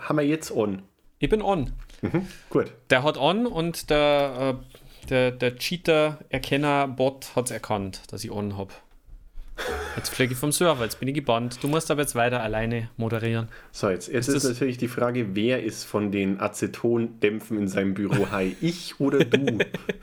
haben wir jetzt on? Ich bin on. Gut. Der hat on und der Cheater-Erkenner-Bot hat es erkannt, dass ich on habe. Jetzt fliege ich vom Server, jetzt bin ich gebannt. Du musst aber jetzt weiter alleine moderieren. So, jetzt ist natürlich die Frage, wer ist von den Acetondämpfen in seinem Büro high? Ich oder du?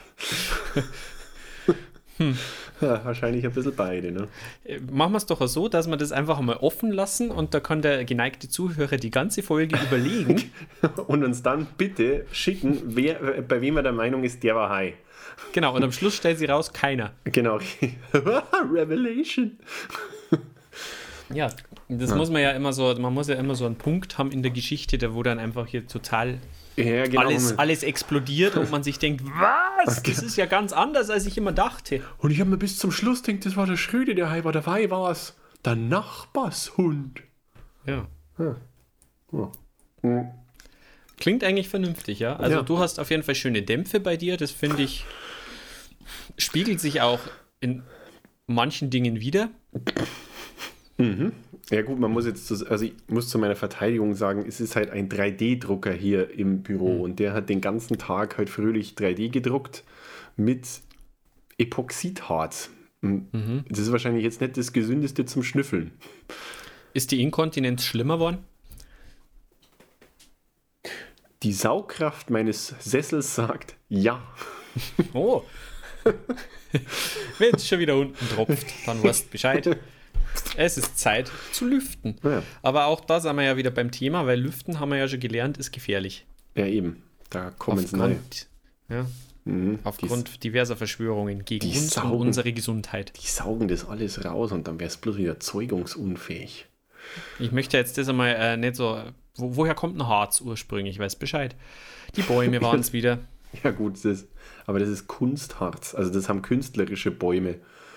Ja, wahrscheinlich ein bisschen beide, ne? Machen wir es doch so, dass wir das einfach mal offen lassen und da kann der geneigte Zuhörer die ganze Folge überlegen. Und uns dann bitte schicken, bei wem er der Meinung ist, der war high. Genau, und am Schluss stellt sie raus, keiner. Genau. Revelation. Ja, das muss man ja immer so, man muss ja immer so einen Punkt haben in der Geschichte, wo dann einfach hier total genau. alles explodiert und man sich denkt, was? Das ist ja ganz anders, als ich immer dachte. Und ich habe mir bis zum Schluss gedacht, das war der Schröde, der high war. Dabei war es der Nachbarshund. Ja. Ja. Klingt eigentlich vernünftig, ja? Also du hast auf jeden Fall schöne Dämpfe bei dir, das finde ich, spiegelt sich auch in manchen Dingen wider. Ja gut, ich muss zu meiner Verteidigung sagen, es ist halt ein 3D-Drucker hier im Büro und der hat den ganzen Tag halt fröhlich 3D gedruckt mit Epoxidharz. Das ist wahrscheinlich jetzt nicht das Gesündeste zum Schnüffeln. Ist die Inkontinenz schlimmer geworden? Die Saugkraft meines Sessels sagt ja. Oh. Wenn es schon wieder unten tropft, dann weißt du Bescheid. Es ist Zeit zu lüften. Ja. Aber auch da sind wir ja wieder beim Thema, weil Lüften, haben wir ja schon gelernt, ist gefährlich. Ja, eben. Da kommen es rein. Aufgrund diverser Verschwörungen gegen uns und unsere Gesundheit. Die saugen das alles raus und dann wäre es bloß wieder zeugungsunfähig. Ich möchte jetzt das einmal nicht so... Woher kommt ein Harz ursprünglich? Ich weiß Bescheid. Die Bäume waren es wieder. Ja gut, aber das ist Kunstharz. Also das haben künstlerische Bäume.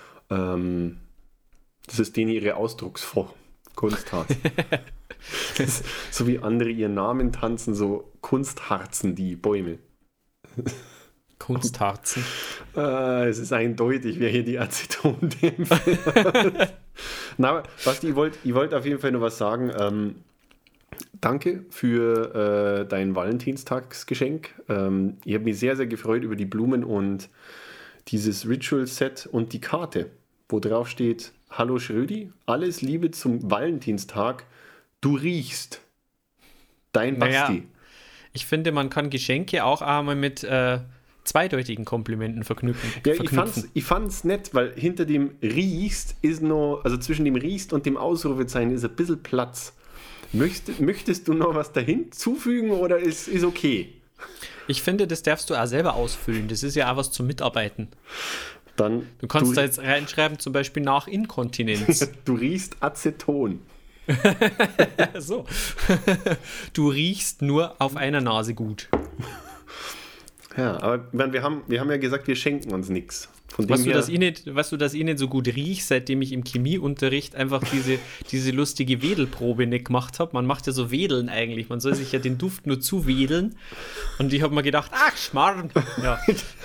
Das ist denen ihre Ausdrucksform. Kunstharz. Das ist, so wie andere ihren Namen tanzen, so Kunstharzen die Bäume. Kunstharzen. Es ist eindeutig, wer hier die Acetondämpfe. Na, Basti, ich wollte auf jeden Fall noch was sagen. Danke für dein Valentinstagsgeschenk. Ich habe mich sehr, sehr gefreut über die Blumen und dieses Ritual-Set und die Karte, wo drauf steht: Hallo Schrödi, alles Liebe zum Valentinstag. Du riechst. Dein Basti. Naja, ich finde, man kann Geschenke auch einmal mit zweideutigen Komplimenten verknüpfen. Ja, ich fand's nett, weil hinter dem riechst ist noch, also zwischen dem riechst und dem Ausrufezeichen ist ein bisschen Platz. Möchtest du noch was dahin zufügen oder ist okay? Ich finde, das darfst du auch selber ausfüllen. Das ist ja auch was zum Mitarbeiten. Dann du kannst da jetzt reinschreiben, zum Beispiel nach Inkontinenz. Du riechst Aceton. So. Du riechst nur auf einer Nase gut. Ja, aber wir haben ja gesagt, wir schenken uns nichts. Weißt du, dass ich nicht so gut riech, seitdem ich im Chemieunterricht einfach diese lustige Wedelprobe nicht gemacht habe. Man macht ja so Wedeln eigentlich. Man soll sich ja den Duft nur zuwedeln. Und ich habe mir gedacht, ach, Schmarrn. Ja.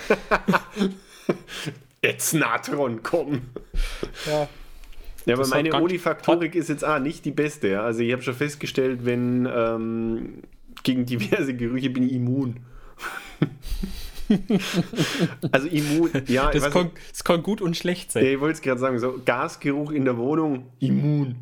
Jetzt Natron, komm. Ja. Ja, aber meine Olfaktorik ist jetzt nicht die beste. Ja? Also ich habe schon festgestellt, wenn gegen diverse Gerüche bin ich immun. Also immun, ja. Das kann gut und schlecht sein. Ja, ich wollte es gerade sagen, so Gasgeruch in der Wohnung, immun.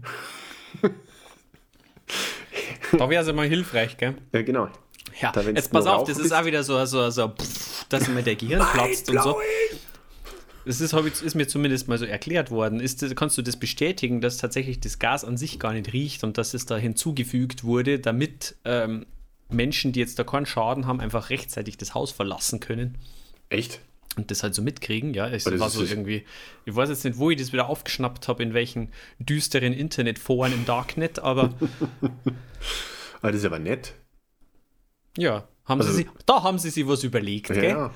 Da wäre es immer hilfreich, gell? Ja, genau. Ja, jetzt pass auf, das ist auch wieder so dass mir der Gehirn platzt und so. Das ist mir zumindest mal so erklärt worden. Kannst du das bestätigen, dass tatsächlich das Gas an sich gar nicht riecht und dass es da hinzugefügt wurde, damit Menschen, die jetzt da keinen Schaden haben, einfach rechtzeitig das Haus verlassen können? Echt? Und das halt so mitkriegen, ja. Es war so irgendwie, ich weiß jetzt nicht, wo ich das wieder aufgeschnappt habe, in welchen düsteren Internetforen im Darknet, aber das ist aber nett. Ja, haben sie sich was überlegt, gell? Ja.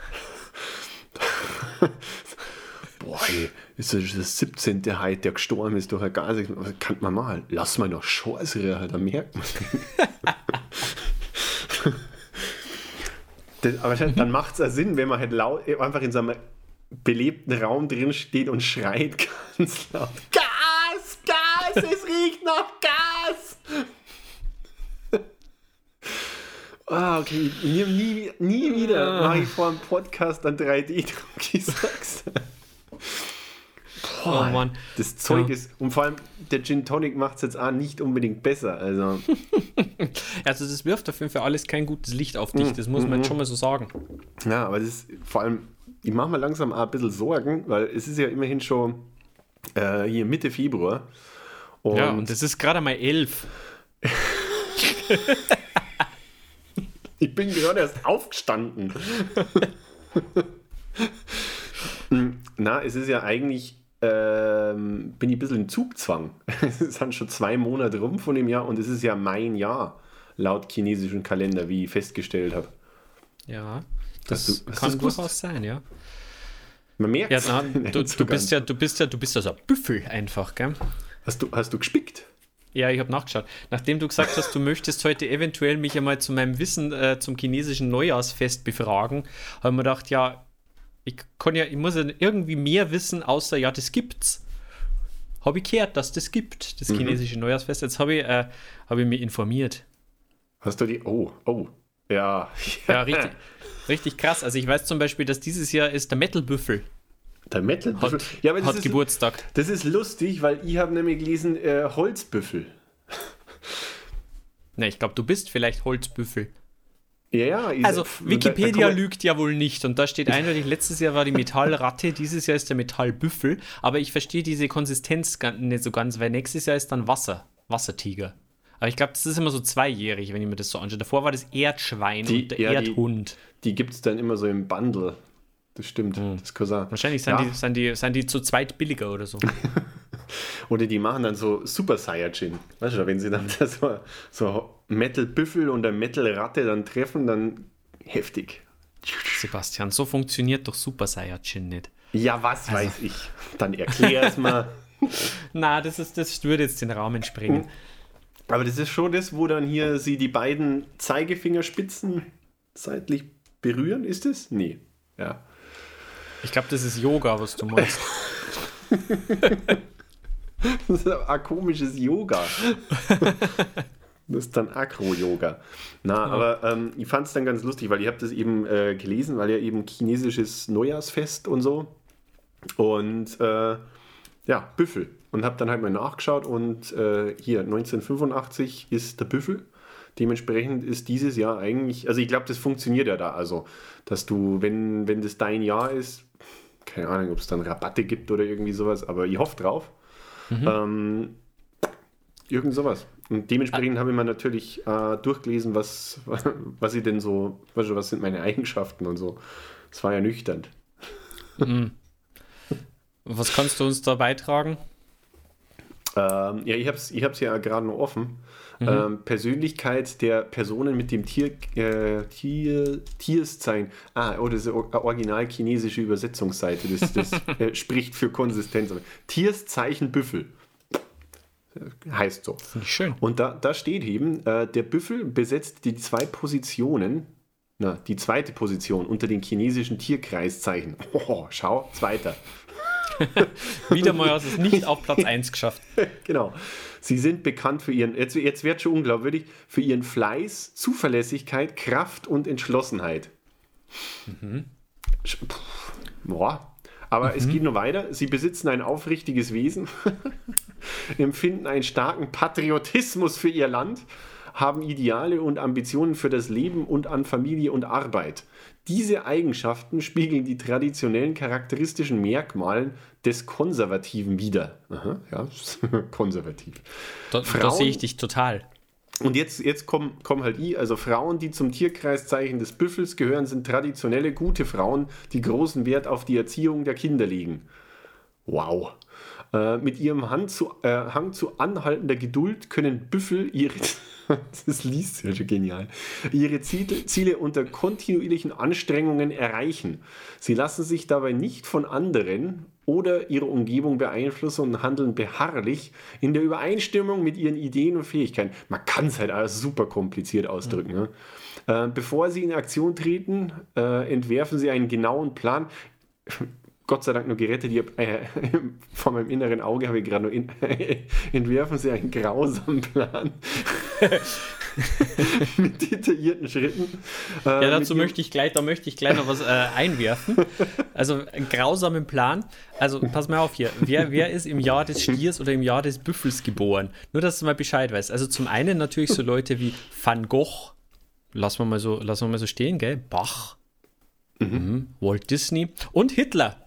Boah, ey, ist das 17. Heid, der gestorben ist durch ein Gas. Kann man mal, lass mal noch Scheiße, halt, da merkt man. Aber dann macht es ja Sinn, wenn man halt einfach in so einem belebten Raum drin steht und schreit ganz laut: Gas, Gas, es riecht nach Gas! Okay. Nie wieder mache ich vor einem Podcast an 3D-Druck, ich sag's. Oh Mann. Das Zeug ist, und vor allem der Gin Tonic macht es jetzt auch nicht unbedingt besser. Also das wirft auf jeden Fall alles kein gutes Licht auf dich, das muss man jetzt schon mal so sagen. Ja, aber das ist vor allem, ich mache mir langsam auch ein bisschen Sorgen, weil es ist ja immerhin schon hier Mitte Februar. Und das ist gerade mal 11. Ich bin gerade erst aufgestanden. Na, es ist ja eigentlich, bin ich ein bisschen im Zugzwang. Es sind schon 2 Monate rum von dem Jahr und es ist ja mein Jahr, laut chinesischem Kalender, wie ich festgestellt habe. Ja, das kann durchaus sein, ja. Man merkt es. Ja, du bist ja so ein Büffel einfach, gell? Hast du gespickt? Ja, ich habe nachgeschaut. Nachdem du gesagt hast, du möchtest heute eventuell mich einmal zu meinem Wissen zum chinesischen Neujahrsfest befragen, habe ich mir gedacht, ja, ich muss ja irgendwie mehr wissen, außer, ja, das gibt's. Habe ich gehört, dass das gibt, das chinesische Neujahrsfest. Jetzt habe ich mich informiert. Hast du die? Oh. Ja. Ja, richtig krass. Also ich weiß zum Beispiel, dass dieses Jahr ist der Metal-Büffel. Der Metal-Büffel? Hat Geburtstag. Das ist lustig, weil ich habe nämlich gelesen, Holzbüffel. Ne, ich glaube, du bist vielleicht Holzbüffel. Ja. Also Wikipedia lügt ja wohl nicht und da steht eindeutig, letztes Jahr war die Metallratte, dieses Jahr ist der Metallbüffel, aber ich verstehe diese Konsistenz nicht so ganz, weil nächstes Jahr ist dann Wassertiger. Aber ich glaube, das ist immer so 2-jährig, wenn ich mir das so anschaue. Davor war das Erdschwein und der Erdhund. Die gibt es dann immer so im Bundle. Das stimmt, das kann sein. Wahrscheinlich sind die zu zweit billiger oder so. Oder die machen dann so Super Saiyajin. Weißt du, wenn sie dann so Metal-Büffel und eine Metal-Ratte dann treffen, dann heftig. Sebastian, so funktioniert doch Super Saiyajin nicht. Ja, was weiß ich. Dann erklär es mal. Na, das würde jetzt den Rahmen sprengen. Aber das ist schon das, wo dann hier sie die beiden Zeigefingerspitzen seitlich berühren, ist es? Nee. Ja. Ich glaube, das ist Yoga, was du meinst. Das ist ein komisches Yoga. Das ist dann Akro-Yoga. Aber ich fand es dann ganz lustig, weil ich habe das eben gelesen, weil ja eben chinesisches Neujahrsfest und so. Und Büffel. Und habe dann halt mal nachgeschaut und hier 1985 ist der Büffel. Dementsprechend ist dieses Jahr eigentlich, also ich glaube, das funktioniert ja da, also, dass du, wenn das dein Jahr ist, keine Ahnung, ob es dann Rabatte gibt oder irgendwie sowas, aber ich hoffe drauf. Irgend sowas. Und dementsprechend habe ich mir natürlich durchgelesen, was ich denn so, was sind meine Eigenschaften und so. Das war ja nüchtern. Was kannst du uns da beitragen? Ich hab's ja gerade noch offen. Persönlichkeit der Personen mit dem Tierszeichen. Das ist eine original chinesische Übersetzungsseite. Das spricht für Konsistenz. Tierszeichen Büffel. Heißt so. Finde ich schön. Und da steht eben, der Büffel besetzt die 2 Positionen, die zweite Position unter den chinesischen Tierkreiszeichen. Oh, schau, zweiter. Wieder mal hast du es nicht auf Platz 1 geschafft. Genau. Sie sind bekannt für ihren, jetzt wird schon unglaubwürdig, für ihren Fleiß, Zuverlässigkeit, Kraft und Entschlossenheit. Boah. Aber es geht noch weiter. Sie besitzen ein aufrichtiges Wesen, empfinden einen starken Patriotismus für ihr Land, haben Ideale und Ambitionen für das Leben und an Familie und Arbeit. Diese Eigenschaften spiegeln die traditionellen charakteristischen Merkmale des Konservativen wider. Aha, ja, konservativ. Da sehe ich dich total. Und jetzt kommen halt also Frauen, die zum Tierkreiszeichen des Büffels gehören, sind traditionelle, gute Frauen, die großen Wert auf die Erziehung der Kinder legen. Wow. Mit ihrem Hang zu anhaltender Geduld können Büffel das liest ja schon genial, ihre Ziele unter kontinuierlichen Anstrengungen erreichen. Sie lassen sich dabei nicht von anderen oder ihrer Umgebung beeinflussen und handeln beharrlich in der Übereinstimmung mit ihren Ideen und Fähigkeiten. Man kann es halt alles super kompliziert ausdrücken. Ne? Bevor sie in Aktion treten, entwerfen sie einen genauen Plan. Gott sei Dank nur gerettet. Vor meinem inneren Auge habe ich gerade noch entwerfen sie einen grausamen Plan. mit detaillierten Schritten. Ja, dazu möchte ich gleich noch was einwerfen. Also einen grausamen Plan. Also pass mal auf hier. Wer ist im Jahr des Stiers oder im Jahr des Büffels geboren? Nur, dass du mal Bescheid weißt. Also zum einen natürlich so Leute wie Van Gogh, lassen wir mal so stehen, gell? Bach, Walt Disney und Hitler.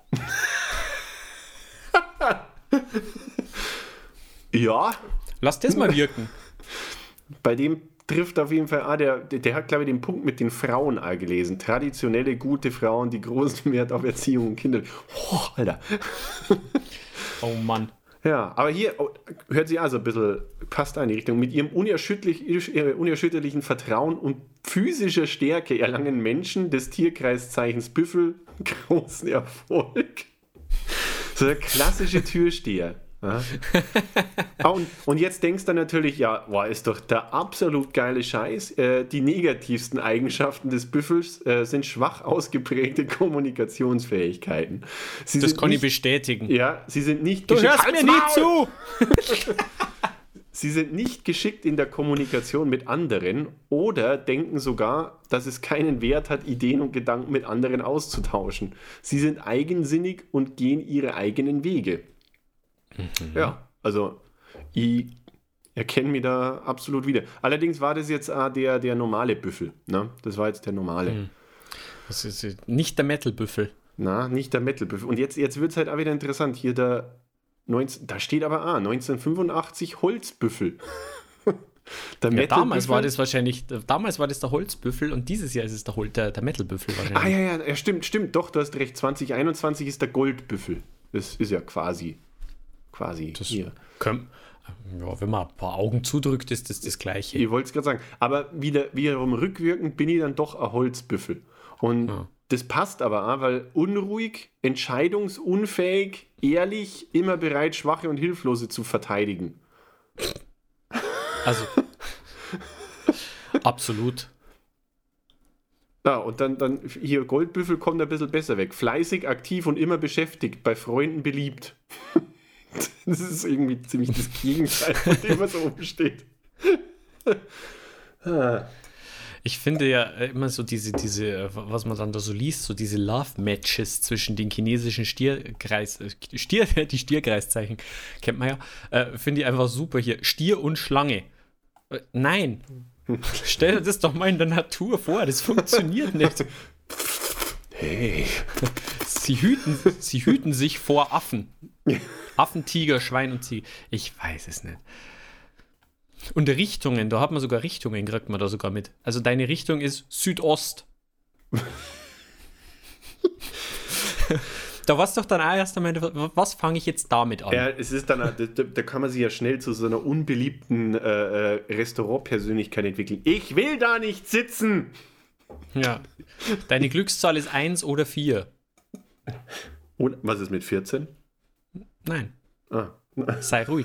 Ja. Lass das mal wirken. Bei dem trifft auf jeden Fall, der hat, glaube ich, den Punkt mit den Frauen auch gelesen. Traditionelle, gute Frauen, die großen Wert auf Erziehung und Kinder. Oh, Alter. Oh Mann. Ja, aber hier hört sich also ein bisschen, passt in die Richtung. Mit ihrem unerschütterlichen Vertrauen und physischer Stärke erlangen Menschen des Tierkreiszeichens Büffel großen Erfolg. So der klassische Türsteher. Ja. Und jetzt denkst du natürlich, ja, wow, ist doch der absolut geile Scheiß. Die negativsten Eigenschaften des Büffels sind schwach ausgeprägte Kommunikationsfähigkeiten. Das kann ich bestätigen. Ja, sie sind nicht Du hörst mir nie zu! Sie sind nicht geschickt in der Kommunikation mit anderen oder denken sogar, dass es keinen Wert hat, Ideen und Gedanken mit anderen auszutauschen. Sie sind eigensinnig und gehen ihre eigenen Wege. Ja, also ich erkenne mich da absolut wieder. Allerdings war das jetzt der normale Büffel. Ne? Das war jetzt der normale. Das ist nicht der Metal-Büffel. Na, nicht der Metal-Büffel. Und jetzt wird es halt auch wieder interessant. Hier da steht aber 1985 Holzbüffel. Damals war das der Holzbüffel und dieses Jahr ist es der Metal-Büffel wahrscheinlich. Ja, stimmt. Doch, du hast recht. 2021 ist der Goldbüffel. Das ist ja quasi das hier. Wenn man ein paar Augen zudrückt, ist das Gleiche. Ich wollte es gerade sagen. Aber wiederum rückwirkend bin ich dann doch ein Holzbüffel. Und das passt aber auch, weil unruhig, entscheidungsunfähig, ehrlich, immer bereit, Schwache und Hilflose zu verteidigen. Also, absolut. Ja, und dann hier Goldbüffel kommt ein bisschen besser weg. Fleißig, aktiv und immer beschäftigt, bei Freunden beliebt. Das ist irgendwie ziemlich das Gegenteil, von dem was oben steht. Ich finde ja immer so diese, was man dann da so liest, so diese Love-Matches zwischen den chinesischen die Stierkreiszeichen, kennt man ja, finde ich einfach super hier. Stier und Schlange. Nein. Stell dir das doch mal in der Natur vor, das funktioniert nicht. Hey. Sie hüten sich vor Affen. Affen, Tiger, Schwein und Ziege. Ich weiß es nicht. Und Richtungen, da hat man sogar Richtungen, kriegt man da sogar mit. Also deine Richtung ist Südost. Da war's doch dann auch erst einmal, was fange ich jetzt damit an? Ja, es ist dann, da kann man sich ja schnell zu so einer unbeliebten Restaurantpersönlichkeit entwickeln. Ich will da nicht sitzen! Ja. Deine Glückszahl ist 1 oder 4. Und was ist mit 14? Nein. Sei ruhig.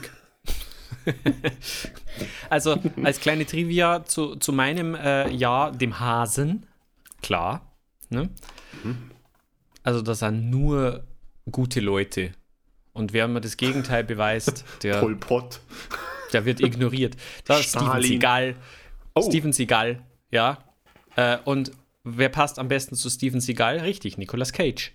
Also, als kleine Trivia zu meinem Jahr, dem Hasen, klar. Ne? Also, das sind nur gute Leute. Und wer mir das Gegenteil beweist, Pol Pot. Der wird ignoriert. Da ist Steven Seagal. Steven Seagal, ja. Und wer passt am besten zu Steven Seagal? Richtig, Nicolas Cage.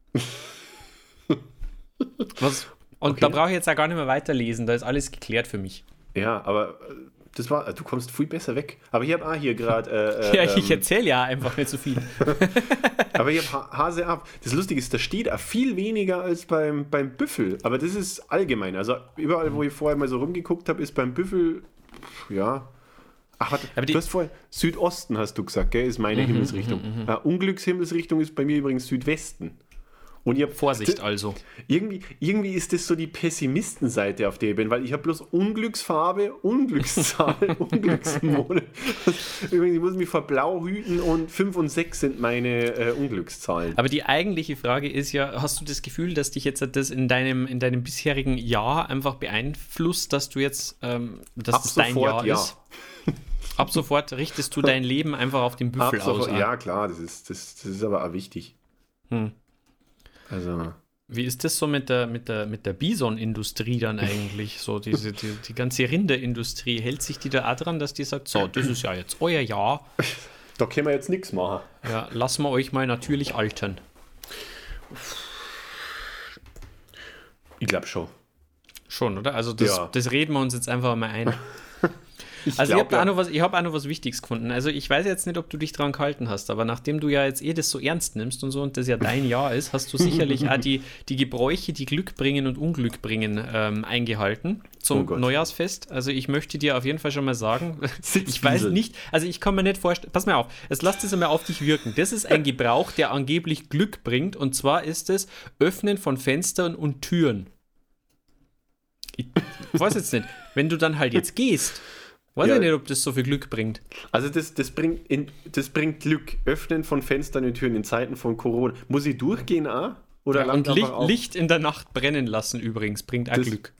Was? Und da brauche ich jetzt auch gar nicht mehr weiterlesen, da ist alles geklärt für mich. Ja, aber du kommst viel besser weg. Aber ich habe hier gerade... ich erzähle ja einfach nicht so viel. Aber ich habe Hase ab. Das Lustige ist, da steht auch viel weniger als beim Büffel. Aber das ist allgemein. Also überall, wo ich vorher mal so rumgeguckt habe, ist beim Büffel, ja... Ach, warte, du hast vorher Südosten, hast du gesagt, gell, ist meine Himmelsrichtung. Unglückshimmelsrichtung ist bei mir übrigens Südwesten. Und ich Vorsicht also. Irgendwie ist das so die Pessimistenseite, auf der ich bin, weil ich habe bloß Unglücksfarbe, Unglückszahl, Unglücksmonat. Übrigens, ich muss mich vor Blau hüten und 5 und 6 sind meine Unglückszahlen. Aber die eigentliche Frage ist ja, hast du das Gefühl, dass dich jetzt das in deinem bisherigen Jahr einfach beeinflusst, dass du jetzt, dass das dein Jahr ist? Ab sofort richtest du dein Leben einfach auf den Büffel aus. Ja, klar, das ist aber auch wichtig. Also. Wie ist das so mit der Bison-Industrie dann eigentlich? So die ganze Rinderindustrie, hält sich die da auch dran, dass die sagt, so, das ist ja jetzt euer Jahr. Da können wir jetzt nichts machen. Ja, lassen wir euch mal natürlich altern. Ich glaube schon. Schon, oder? Also das reden wir uns jetzt einfach mal ein. Ich habe auch noch was Wichtiges gefunden. Also ich weiß jetzt nicht, ob du dich dran gehalten hast, aber nachdem du ja jetzt das so ernst nimmst und so und das ja dein Jahr ist, hast du sicherlich auch die Gebräuche, die Glück bringen und Unglück bringen, eingehalten zum Neujahrsfest. Also ich möchte dir auf jeden Fall schon mal sagen, ich weiß nicht, also ich kann mir nicht vorstellen, pass mal auf, jetzt lass das einmal auf dich wirken. Das ist ein Gebrauch, der angeblich Glück bringt, und zwar ist es Öffnen von Fenstern und Türen. Ich weiß jetzt nicht, wenn du dann halt jetzt gehst, weiß ich nicht, ob das so viel Glück bringt. Also das bringt Glück. Öffnen von Fenstern und Türen in Zeiten von Corona. Muss ich durchgehen auch? Oder und Licht in der Nacht brennen lassen übrigens, bringt auch Glück.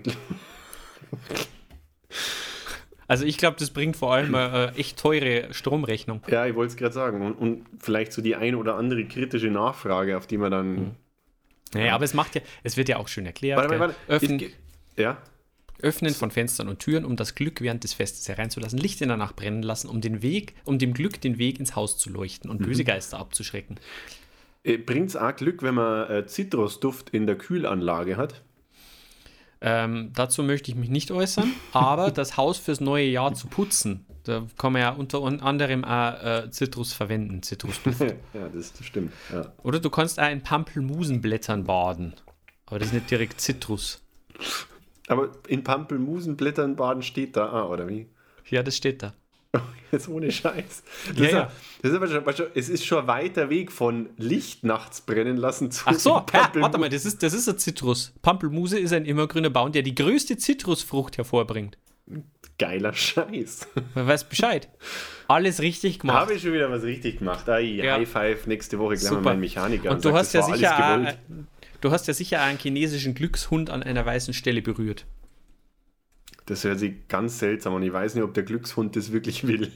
Also ich glaube, das bringt vor allem echt teure Stromrechnung. Ja, ich wollte es gerade sagen. Und vielleicht so die ein oder andere kritische Nachfrage, auf die man dann... Naja, aber es wird ja auch schön erklärt. Warte. Öffnen von Fenstern und Türen, um das Glück während des Festes hereinzulassen, Licht in der Nacht brennen lassen, um dem Glück den Weg ins Haus zu leuchten und böse Geister abzuschrecken. Bringt es auch Glück, wenn man Zitrusduft in der Kühlanlage hat? Dazu möchte ich mich nicht äußern, aber das Haus fürs neue Jahr zu putzen, da kann man ja unter anderem auch Zitrus verwenden, Zitrusduft. Ja, das stimmt. Ja. Oder du kannst auch in Pampelmusenblättern baden, aber das ist nicht direkt Zitrus. Aber in Pampelmusenblättern baden steht da, oder wie? Ja, das steht da. Jetzt ohne Scheiß. Es ist schon ein weiter Weg von Licht nachts brennen lassen zu... Ach so, warte mal, das ist ein Zitrus. Pampelmuse ist ein immergrüner Baum, der die größte Zitrusfrucht hervorbringt. Geiler Scheiß. Man weiß Bescheid. Alles richtig gemacht. Habe ich schon wieder was richtig gemacht. High Five, nächste Woche gleich mal meinen Mechaniker. Und du hast ja sicher einen chinesischen Glückshund an einer weißen Stelle berührt. Das hört sich ganz seltsam an. Ich weiß nicht, ob der Glückshund das wirklich will.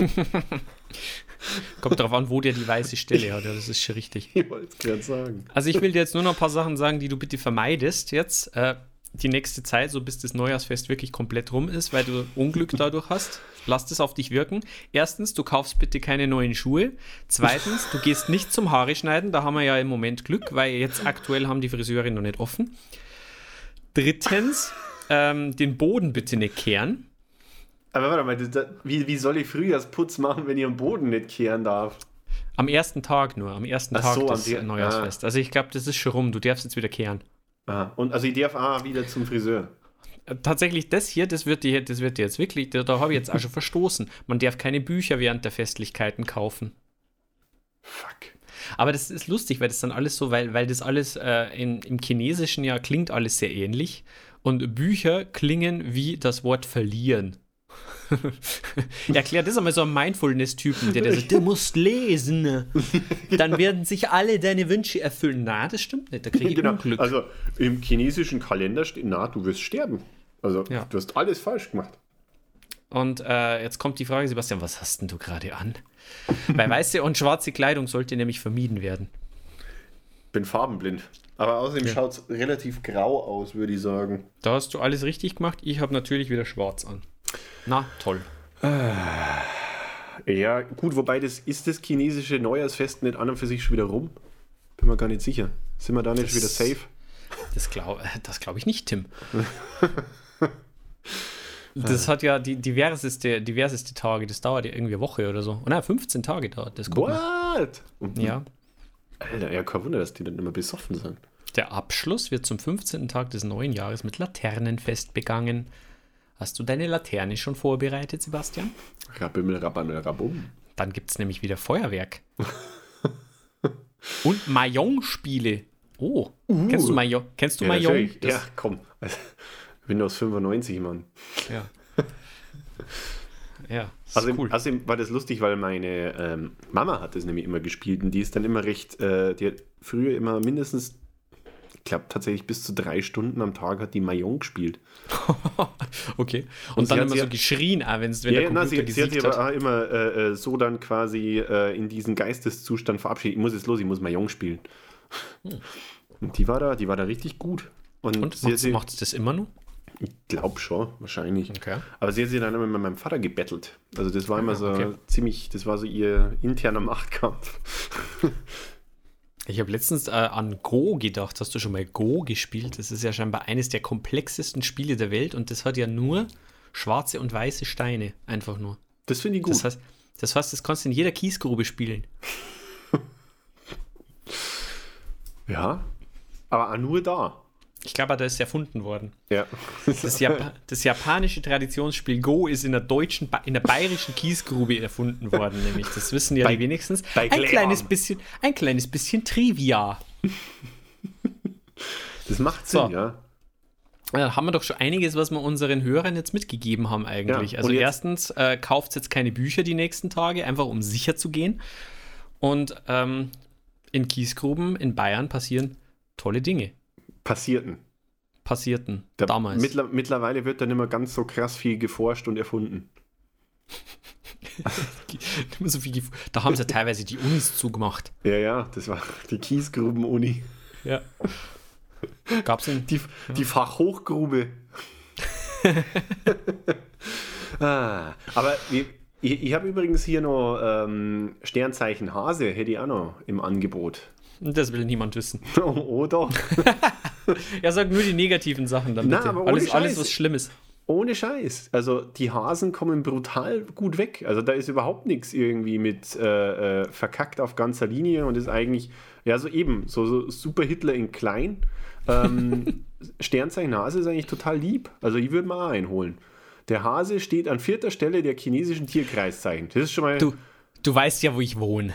Kommt darauf an, wo der die weiße Stelle hat. Ja, das ist schon richtig. Ich wollte es gerade sagen. Also ich will dir jetzt nur noch ein paar Sachen sagen, die du bitte vermeidest jetzt. Die nächste Zeit, so bis das Neujahrsfest wirklich komplett rum ist, weil du Unglück dadurch hast. Lass das auf dich wirken. Erstens, du kaufst bitte keine neuen Schuhe. Zweitens, du gehst nicht zum Haare schneiden. Da haben wir ja im Moment Glück, weil jetzt aktuell haben die Friseure noch nicht offen. Drittens, den Boden bitte nicht kehren. Aber warte mal, wie soll ich Frühjahrsputz machen, wenn ich am Boden nicht kehren darf? Am ersten Tag nur, am ersten Tag des Neujahrsfest. Also ich glaube, das ist schon rum. Du darfst jetzt wieder kehren. Aha. Und also ich darf wieder zum Friseur. Tatsächlich, das wird dir jetzt wirklich, da habe ich jetzt auch schon verstoßen. Man darf keine Bücher während der Festlichkeiten kaufen. Fuck. Aber das ist lustig, weil das dann alles so, weil das alles im Chinesischen ja klingt alles sehr ähnlich. Und Bücher klingen wie das Wort verlieren. Erklär das einmal so einem Mindfulness-Typen, der sagt, du musst lesen, dann werden sich alle deine Wünsche erfüllen. Na, das stimmt nicht, da kriege ich Unglück. Also im chinesischen Kalender steht, du wirst sterben. Also du hast alles falsch gemacht. Und jetzt kommt die Frage, Sebastian, was hast denn du gerade an? Weil weiße und schwarze Kleidung sollte nämlich vermieden werden. Bin farbenblind. Aber außerdem schaut es relativ grau aus, würde ich sagen. Da hast du alles richtig gemacht. Ich habe natürlich wieder schwarz an. Na, toll. Ja, gut, wobei das chinesische Neujahrsfest nicht an und für sich schon wieder rum. Bin mir gar nicht sicher. Sind wir da nicht schon wieder safe? Das glaube ich nicht, Tim. Das hat ja die diverseste Tage. Das dauert ja irgendwie eine Woche oder so. 15 Tage dauert das. What? Ja. Alter, ja, kein Wunder, dass die dann immer besoffen sind. Der Abschluss wird zum 15. Tag des neuen Jahres mit Laternenfest begangen. Hast du deine Laterne schon vorbereitet, Sebastian? Rabimmel, rabammel, rabum. Dann gibt es nämlich wieder Feuerwerk. Und Mahjong-Spiele. Oh, kennst du Mahjong? Kennst du Mahjong? Ja, komm. Windows 95, Mann. Ja. Ja, cool. Außerdem war das lustig, weil meine Mama hat das nämlich immer gespielt und die ist dann immer die hat früher immer mindestens, ich glaube tatsächlich bis zu 3 Stunden am Tag hat die Mahjong gespielt. Okay. Und dann immer so geschrien, wenn der Computer gesiegt hat. Sie hat aber immer so dann quasi in diesen Geisteszustand verabschiedet. Ich muss jetzt los, ich muss Mahjong spielen. Und die war da richtig gut. Und macht sie das immer noch? Ich glaube schon, wahrscheinlich. Okay. Aber sie hat sich dann immer mit meinem Vater gebettelt. Also das war immer so ziemlich, das war so ihr interner Machtkampf. Ich habe letztens an Go gedacht. Hast du schon mal Go gespielt? Das ist ja scheinbar eines der komplexesten Spiele der Welt und das hat ja nur schwarze und weiße Steine. Einfach nur. Das finde ich gut. Das heißt, das kannst du in jeder Kiesgrube spielen. Ja, aber auch nur da. Ich glaube, da ist es erfunden worden. Ja. Das japanische Traditionsspiel Go ist in der bayerischen Kiesgrube erfunden worden, nämlich. Das wissen ja die wenigstens. Ein kleines bisschen Trivia. Das macht Sinn, ja. Da haben wir doch schon einiges, was wir unseren Hörern jetzt mitgegeben haben eigentlich. Ja, also erstens, kauft jetzt keine Bücher die nächsten Tage, einfach um sicher zu gehen. Und in Kiesgruben in Bayern passieren tolle Dinge. Passierten damals. Mittlerweile wird dann immer ganz so krass viel geforscht und erfunden. Da haben sie teilweise die Unis zugemacht. Ja, das war die Kiesgruben-Uni. Ja. Gab's denn? Die Fachhochgrube. Aber ich habe übrigens hier noch Sternzeichen Hase, hätte ich auch noch im Angebot. Das will niemand wissen. Oh doch. Ja, sag nur die negativen Sachen dann bitte. Aber alles, was schlimm ist. Ohne Scheiß. Also die Hasen kommen brutal gut weg. Also da ist überhaupt nichts irgendwie mit verkackt auf ganzer Linie und ist eigentlich, ja so eben, so Super Hitler in klein. Sternzeichen Hase ist eigentlich total lieb. Also ich würde mal einholen. Der Hase steht an 4. Stelle der chinesischen Tierkreiszeichen. Das ist schon mal... Du weißt ja, wo ich wohne.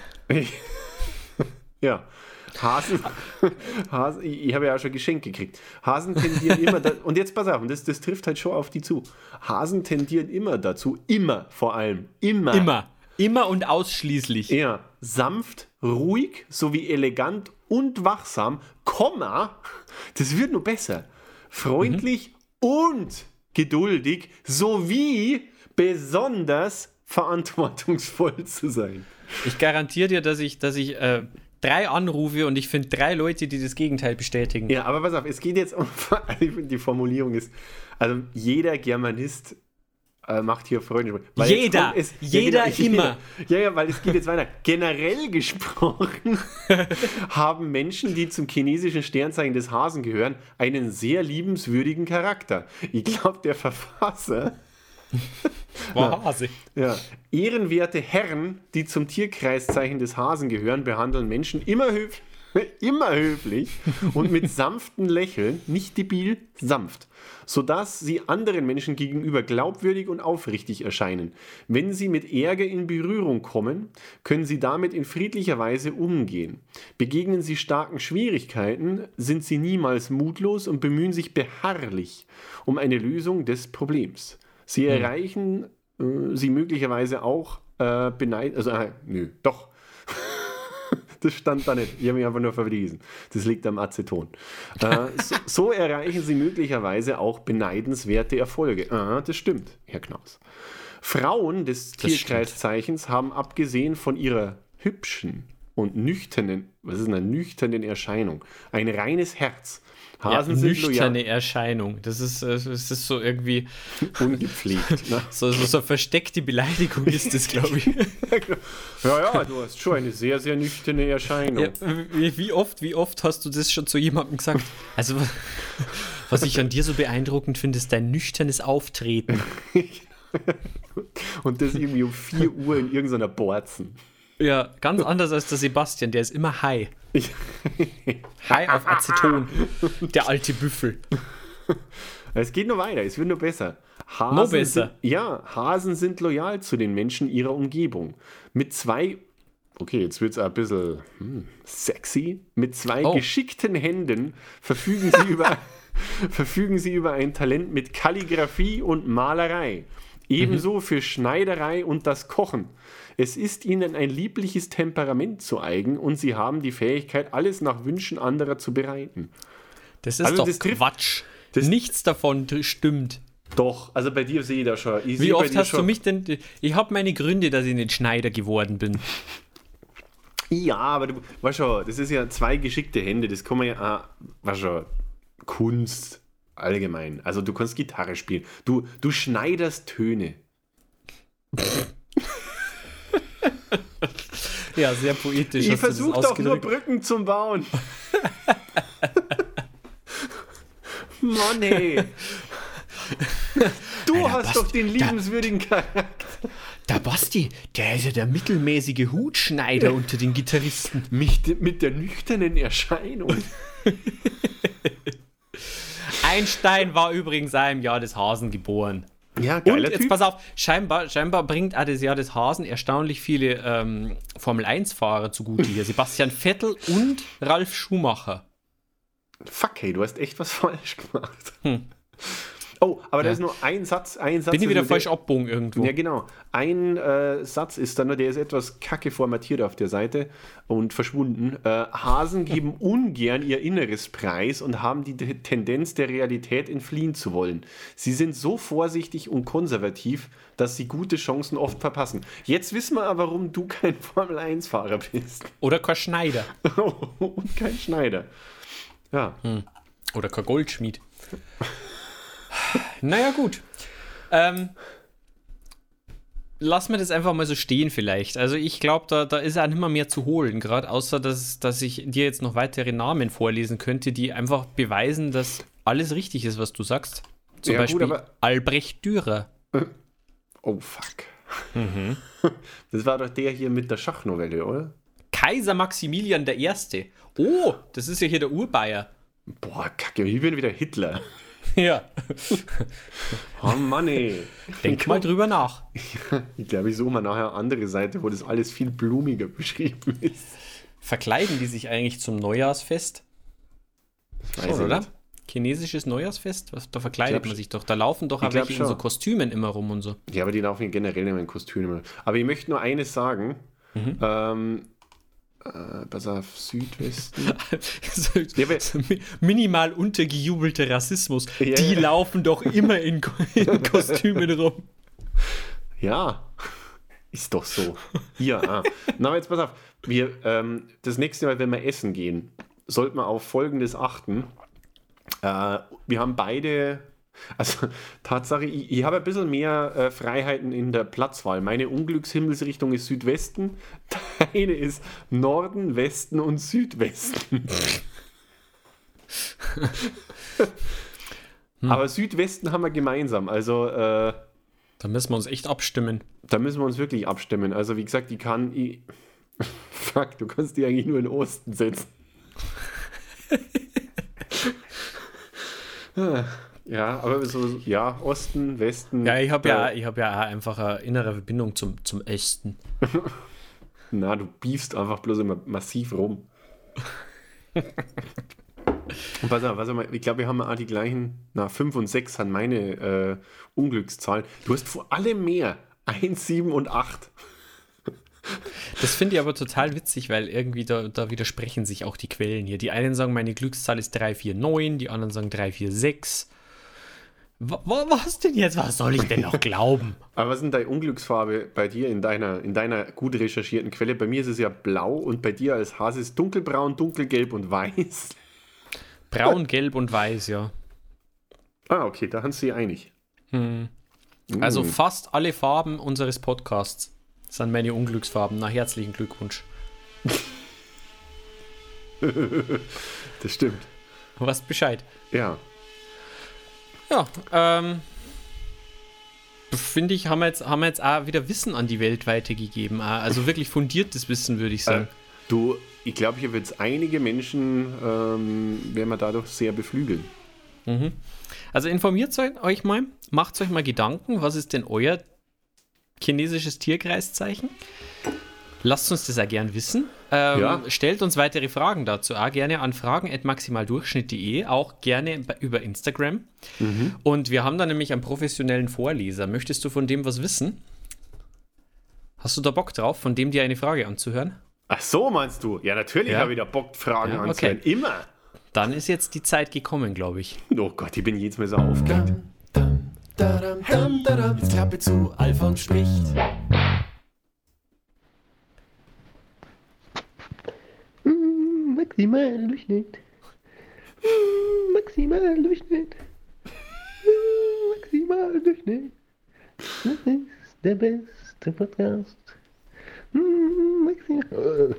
Ja. Hasen, ich habe ja auch schon Geschenk gekriegt. Hasen tendieren immer, und jetzt pass auf, und das trifft halt schon auf die zu. Hasen tendieren immer dazu, vor allem, immer und ausschließlich. Ja, sanft, ruhig, sowie elegant und wachsam, das wird nur besser, freundlich und geduldig, sowie besonders verantwortungsvoll zu sein. Ich garantiere dir, dass ich 3 Anrufe und ich finde 3 Leute, die das Gegenteil bestätigen. Ja, aber pass auf, es geht jetzt um, ich finde die Formulierung ist, also jeder Germanist macht hier Freunde. Jeder immer. Ja, weil es geht jetzt weiter. Generell gesprochen haben Menschen, die zum chinesischen Sternzeichen des Hasen gehören, einen sehr liebenswürdigen Charakter. Ich glaube, der Verfasser war Hase. Ja. Ehrenwerte Herren, die zum Tierkreiszeichen des Hasen gehören, behandeln Menschen immer höflich und mit sanften Lächeln, nicht debil, sanft, sodass sie anderen Menschen gegenüber glaubwürdig und aufrichtig erscheinen. Wenn sie mit Ärger in Berührung kommen, können sie damit in friedlicher Weise umgehen. Begegnen sie starken Schwierigkeiten, sind sie niemals mutlos und bemühen sich beharrlich um eine Lösung des Problems. Sie erreichen sie möglicherweise auch doch. Das stand da nicht. Ich habe mich einfach nur verlesen. Das liegt am Aceton. So erreichen sie möglicherweise auch beneidenswerte Erfolge. Das stimmt, Herr Knaus. Frauen des Tierkreiszeichens haben abgesehen von ihrer hübschen und nüchternen Erscheinung ein reines Herz. Hasen sind nüchterne Erscheinung. Das ist so irgendwie ungepflegt. Ne? so eine versteckte Beleidigung ist das, glaube ich. Ja, du hast schon eine sehr, sehr nüchterne Erscheinung. Ja, wie oft hast du das schon zu jemandem gesagt? Also, was ich an dir so beeindruckend finde, ist dein nüchternes Auftreten. Und das irgendwie um 4 Uhr in irgendeiner Borzen. Ja, ganz anders als der Sebastian, der ist immer high. High auf Aceton, der alte Büffel. Es geht nur weiter, es wird nur besser. Noch besser? Hasen sind loyal zu den Menschen ihrer Umgebung. Jetzt wird es ein bisschen sexy. Mit 2 geschickten Händen verfügen sie über ein Talent mit Kalligraphie und Malerei. Ebenso für Schneiderei und das Kochen. Es ist ihnen ein liebliches Temperament zu eigen und sie haben die Fähigkeit, alles nach Wünschen anderer zu bereiten. Das ist doch Quatsch. Nichts davon stimmt. Doch, also bei dir sehe ich da schon. Wie oft hast du mich denn... Ich habe meine Gründe, dass ich nicht Schneider geworden bin. Ja, aber du weißt schon, das ist ja 2 geschickte Hände, das kann man ja auch, weißt schon, Kunst allgemein. Also du kannst Gitarre spielen, du schneiderst Töne. Ja, sehr poetisch. Ich versuche doch nur Brücken zum Bauen. Mann, ey. Du hast doch den liebenswürdigen Charakter. Der Basti, der ist ja der mittelmäßige Hutschneider unter den Gitarristen. Mit der nüchternen Erscheinung. Einstein war übrigens auch im Jahr des Hasen geboren. Ja, geiler Und jetzt Typ. pass auf, scheinbar bringt auch das Jahr des Hasen erstaunlich viele Formel-1-Fahrer zugute hier. Sebastian Vettel und Ralf Schumacher. Fuck, hey, du hast echt was falsch gemacht. Oh, aber da ist nur ein Satz. Bin ich wieder falsch abgebogen irgendwo? Ja, genau. Ein Satz ist da nur, der ist etwas kacke formatiert auf der Seite und verschwunden. Hasen geben ungern ihr Inneres preis und haben die Tendenz, der Realität entfliehen zu wollen. Sie sind so vorsichtig und konservativ, dass sie gute Chancen oft verpassen. Jetzt wissen wir aber, warum du kein Formel-1-Fahrer bist. Oder kein Schneider. Und kein Schneider. Ja. Oder kein Goldschmied. Naja, gut. Lass mir das einfach mal so stehen vielleicht. Also ich glaube, da ist auch nicht mehr zu holen, gerade außer, dass ich dir jetzt noch weitere Namen vorlesen könnte, die einfach beweisen, dass alles richtig ist, was du sagst. Zum Beispiel gut, Albrecht Dürer. Oh, fuck. Das war doch der hier mit der Schachnovelle, oder? Kaiser Maximilian I. Oh, das ist ja hier der Urbayer. Boah, kacke, ich bin wieder Hitler. Ja. Oh Mann, ey. Denk mal drüber nach. Ich glaube, ich suche mal nachher eine andere Seite, wo das alles viel blumiger beschrieben ist. Verkleiden die sich eigentlich zum Neujahrsfest? Das weiß ich oder? Nicht. Chinesisches Neujahrsfest? Da verkleidet man sich doch. Da laufen doch auch welche in so Kostümen immer rum und so. Ja, aber die laufen generell immer in Kostümen. Aber ich möchte nur eines sagen. Pass auf, Südwesten. Minimal untergejubelter Rassismus. Yeah. Die laufen doch immer in Kostümen rum. Ja, ist doch so. Ja, Na, jetzt pass auf. Das nächste Mal, wenn wir essen gehen, sollten wir auf Folgendes achten. Wir haben beide... Also, Tatsache, ich habe ein bisschen mehr Freiheiten in der Platzwahl. Meine Unglückshimmelsrichtung ist Südwesten, deine ist Norden, Westen und Südwesten. Aber Südwesten haben wir gemeinsam, also... da müssen wir uns echt abstimmen. Da müssen wir uns wirklich abstimmen. Also, wie gesagt, Fuck, du kannst die eigentlich nur in den Osten setzen. Ja, aber so, ja, Osten, Westen. Ja, ich habe ja auch einfach eine innere Verbindung zum Osten. Na, du biefst einfach bloß immer massiv rum. Und pass auf, ich glaube, wir haben auch die gleichen, 5 und 6 haben meine Unglückszahlen. Du hast vor allem mehr, 1, 7 und 8. Das finde ich aber total witzig, weil irgendwie da widersprechen sich auch die Quellen hier. Die einen sagen, meine Glückszahl ist 349, die anderen sagen 346. Was denn jetzt? Was soll ich denn noch glauben? Aber was ist denn deine Unglücksfarbe bei dir in deiner gut recherchierten Quelle? Bei mir ist es ja blau und bei dir als Hase ist dunkelbraun, dunkelgelb und weiß. Braun, gelb und weiß, ja. Ah, okay, da sind sie einig. Also fast alle Farben unseres Podcasts sind meine Unglücksfarben. Na, herzlichen Glückwunsch. Das stimmt. Du weißt Bescheid. Ja. Ja, finde ich, haben wir jetzt auch wieder Wissen an die Welt weitergegeben. Also wirklich fundiertes Wissen, würde ich sagen. Ich glaube, hier wird es einige Menschen, werden wir dadurch sehr beflügeln. Also informiert euch mal, macht euch mal Gedanken, was ist denn euer chinesisches Tierkreiszeichen? Lasst uns das auch gern wissen. Stellt uns weitere Fragen dazu. Auch gerne an fragen@maximaldurchschnitt.de, auch gerne über Instagram. Und wir haben da nämlich einen professionellen Vorleser. Möchtest du von dem was wissen? Hast du da Bock drauf, von dem dir eine Frage anzuhören? Ach so, meinst du? Ja, natürlich habe ich da Bock, Fragen anzuhören. Okay. Immer. Dann ist jetzt die Zeit gekommen, glaube ich. Oh Gott, ich bin jetzt mal so aufgeregt. Jetzt Klappe zu, Alfons spricht. Maximal Durchschnitt. Maximal Durchschnitt. Maximal Durchschnitt. Das ist der beste Podcast. Maximal.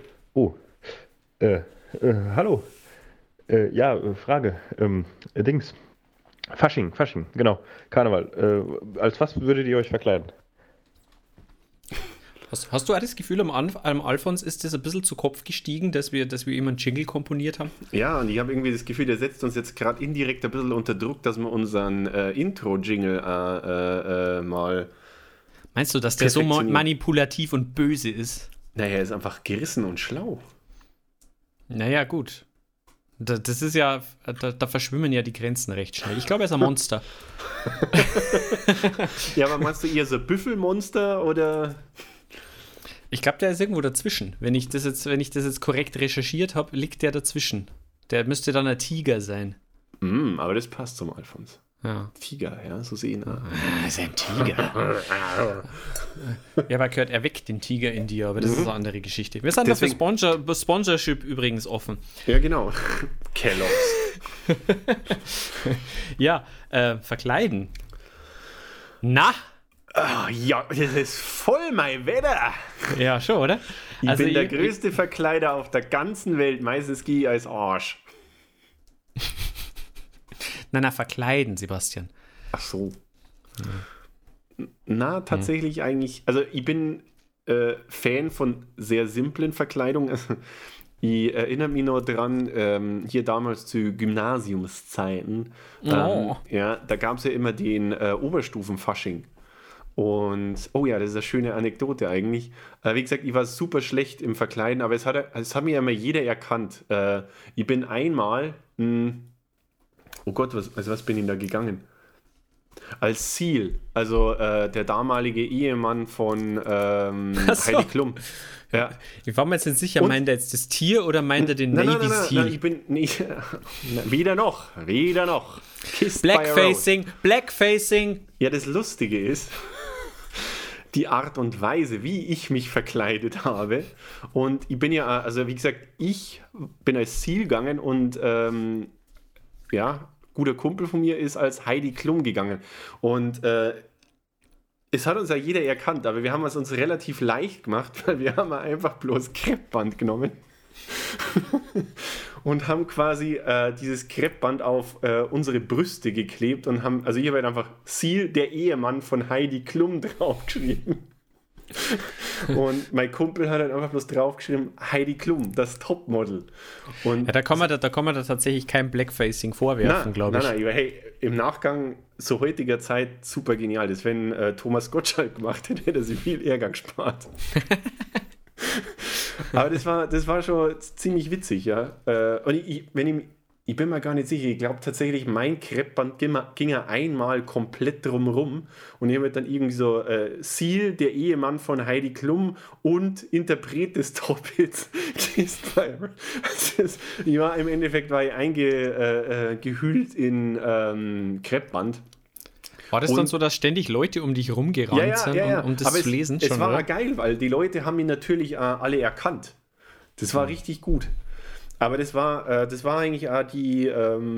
Hallo. Frage. Dings. Fasching, genau. Karneval. Als was würdet ihr euch verkleiden? Hast du auch das Gefühl, am Alfons ist das ein bisschen zu Kopf gestiegen, dass wir ihm einen Jingle komponiert haben? Ja, und ich habe irgendwie das Gefühl, der setzt uns jetzt gerade indirekt ein bisschen unter Druck, dass wir unseren Intro-Jingle mal. Meinst du, dass der so manipulativ und böse ist? Naja, er ist einfach gerissen und schlau. Naja, gut. Das ist ja, da verschwimmen ja die Grenzen recht schnell. Ich glaube, er ist ein Monster. Ja, aber meinst du eher so Büffelmonster oder? Ich glaube, der ist irgendwo dazwischen. Wenn ich das jetzt korrekt recherchiert habe, liegt der dazwischen. Der müsste dann ein Tiger sein. Aber das passt zum Alfons. Ja. Tiger, ja, so sehen. Das ist ein Tiger. Ja, aber gehört, er weckt den Tiger in dir, aber das ist eine andere Geschichte. Wir sind dafür Sponsorship übrigens offen. Ja, genau. Kellogg's. Ja, verkleiden. Na? Oh, ja, das ist voll mein Wetter. Ja, schon, oder? Ich bin der größte Verkleider auf der ganzen Welt. Meistens gehe ich als Arsch. Na, verkleiden, Sebastian. Ach so. Ja. Na, tatsächlich eigentlich. Also, ich bin Fan von sehr simplen Verkleidungen. Ich erinnere mich noch dran, hier damals zu Gymnasiumszeiten. Ja, da gab es ja immer den Oberstufenfasching. Und, oh ja, das ist eine schöne Anekdote eigentlich. Wie gesagt, ich war super schlecht im Verkleiden, aber es hat mir ja immer jeder erkannt. Ich bin einmal, oh Gott, was bin ich da gegangen? Als Seal, also der damalige Ehemann von Heidi Klum. Ja. Ich war mir jetzt nicht sicher, meint er jetzt das Tier oder meint er den Navy Seal? Nein, ich bin nicht. Weder noch. Blackfacing. Ja, das Lustige ist, die Art und Weise, wie ich mich verkleidet habe. Und ich bin ja, also wie gesagt, ich bin als Seal gegangen und guter Kumpel von mir ist als Heidi Klum gegangen. Und es hat uns ja jeder erkannt, aber wir haben es uns relativ leicht gemacht, weil wir haben einfach bloß Kreppband genommen und haben quasi dieses Kreppband auf unsere Brüste geklebt und haben, also ich habe halt einfach Seal, der Ehemann von Heidi Klum, draufgeschrieben. Und mein Kumpel hat dann einfach bloß draufgeschrieben, Heidi Klum, das Topmodel. Und ja, da kann man da tatsächlich kein Blackfacing vorwerfen, glaube ich. Nein, hey, im Nachgang zu heutiger Zeit super genial. Das, wenn Thomas Gottschalk gemacht hätte, hätte er sich viel Ärger gespart. Aber das war schon ziemlich witzig, ja. Und ich bin mir gar nicht sicher, ich glaube tatsächlich, mein Kreppband ging ja einmal komplett drumrum und ich habe dann irgendwie so Seal, der Ehemann von Heidi Klum und Interpret des Top-Hits. Ich war im Endeffekt eingehüllt in Kreppband. War das dann so, dass ständig Leute um dich rumgerannt sind, um das aber zu lesen? Es war geil, weil die Leute haben mich natürlich alle erkannt. Das war richtig gut. Aber das war eigentlich auch die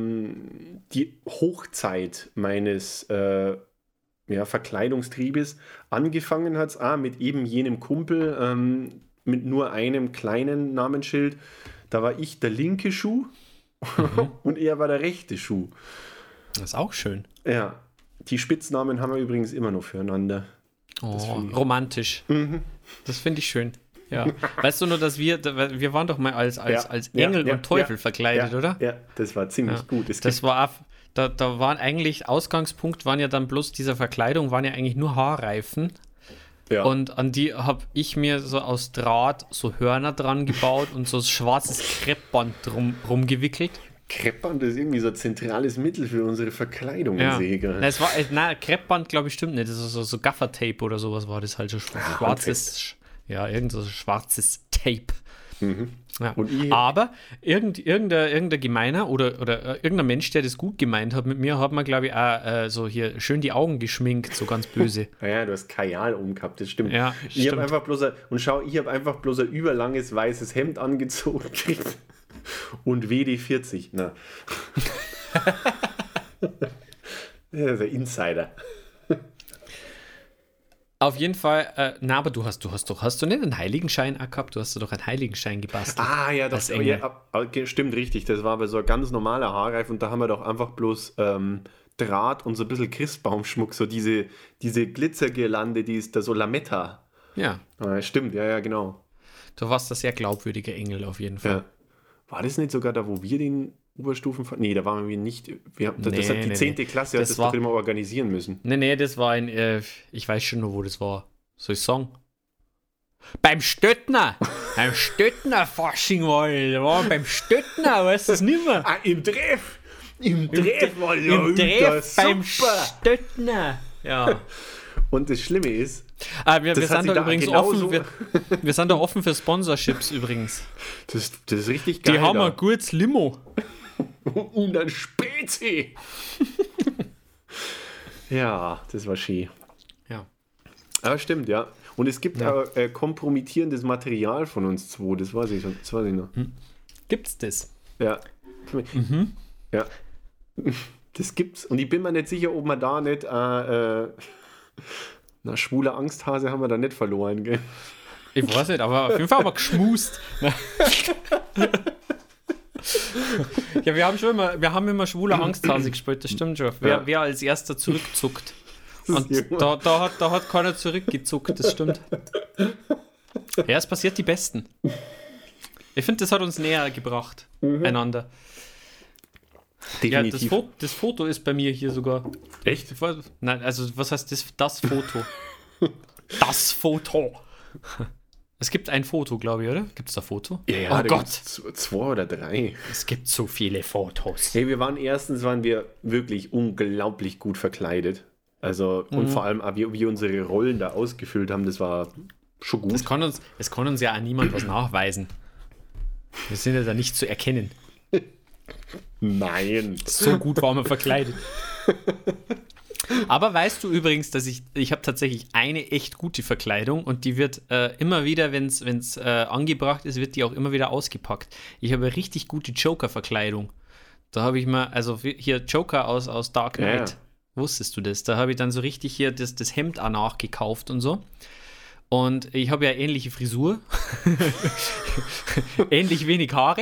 Hochzeit meines Verkleidungstriebes. Angefangen hat es auch mit eben jenem Kumpel mit nur einem kleinen Namensschild. Da war ich der linke Schuh und er war der rechte Schuh. Das ist auch schön. Ja, die Spitznamen haben wir übrigens immer noch füreinander. Oh, romantisch. Das finde ich schön. Ja. Weißt du nur, dass wir waren doch mal als Engel und Teufel verkleidet, oder? Ja, das war ziemlich gut. Da waren eigentlich, Ausgangspunkt waren ja dann bloß dieser Verkleidung, waren ja eigentlich nur Haarreifen. Ja. Und an die habe ich mir so aus Draht so Hörner dran gebaut und so schwarzes Kreppband rumgewickelt. Kreppband ist irgendwie so ein zentrales Mittel für unsere Verkleidung, sehe ich gerade. Kreppband glaube ich stimmt nicht, das ist so Gaffertape oder sowas war das halt so schwarzes. Ja, irgend so schwarzes Tape. Ja. Aber irgendein Gemeiner oder irgendein Mensch, der das gut gemeint hat mit mir, hat mir, glaube ich, auch so hier schön die Augen geschminkt, so ganz böse. Ja, du hast Kajal umgehabt, das stimmt. Ja, ich habe einfach bloß ein überlanges weißes Hemd angezogen. Und WD40, na. Ja, der Insider. Auf jeden Fall, aber hast du nicht einen Heiligenschein auch gehabt? Du hast doch einen Heiligenschein gebastelt. Ah, ja, das stimmt richtig. Das war aber so ein ganz normaler Haarreif und da haben wir doch einfach bloß Draht und so ein bisschen Christbaumschmuck, so diese Glitzergirlande, die ist da so Lametta. Ja. Stimmt, ja, genau. Du warst ein sehr glaubwürdiger Engel auf jeden Fall. Ja. War das nicht sogar da, wo wir den Oberstufen... Nee, da waren wir nicht... Das hat die 10. Klasse hat das doch immer organisieren müssen. Nee, das war ich weiß schon noch, wo das war. Soll ich sagen? Beim Stöttner Fasching war beim Stöttner, weißt du das nicht mehr? Im Treff war Im Treff beim Stöttner. Ja. Und das Schlimme ist... wir sind da übrigens offen. Wir sind da offen für Sponsorships übrigens. Das ist richtig geil. Die haben ein gutes Limo. Und ein Spezi. Ja, das war schön. Ja. Aber stimmt, ja. Und es gibt auch kompromittierendes Material von uns zwei, das weiß ich noch. Gibt's das? Ja. Ja. Das gibt's. Und ich bin mir nicht sicher, ob man da nicht schwule Angsthase haben wir da nicht verloren, gell? Ich weiß nicht, aber auf jeden Fall haben wir geschmust. Ja, wir haben immer schwule Angsthase gespielt, das stimmt schon. Wer als erster zurückzuckt. Und da hat keiner zurückgezuckt, das stimmt. Ja, es passiert die Besten. Ich finde, das hat uns näher gebracht, einander. Definitiv. Ja, das Foto ist bei mir hier sogar. Echt? Nein, also was heißt das Foto? Das Foto. Es gibt ein Foto, glaube ich, oder? Gibt es da ein Foto? Ja, oh Gott. 2 oder 3. Es gibt so viele Fotos. Hey, erstens waren wir wirklich unglaublich gut verkleidet. Also, und vor allem, wie wir unsere Rollen da ausgefüllt haben, das war schon gut. Es kann uns ja auch niemand was nachweisen. Wir sind ja da nicht zu erkennen. Nein. So gut waren wir verkleidet. Aber weißt du übrigens, dass ich habe tatsächlich eine echt gute Verkleidung und die wird immer wieder, wenn es angebracht ist, wird die auch immer wieder ausgepackt. Ich habe eine richtig gute Joker-Verkleidung. Da habe ich mal, also hier Joker aus Dark Knight. Ja. Wusstest du das? Da habe ich dann so richtig hier das Hemd auch nachgekauft und so. Und ich habe ja ähnliche Frisur. Ähnlich wenig Haare.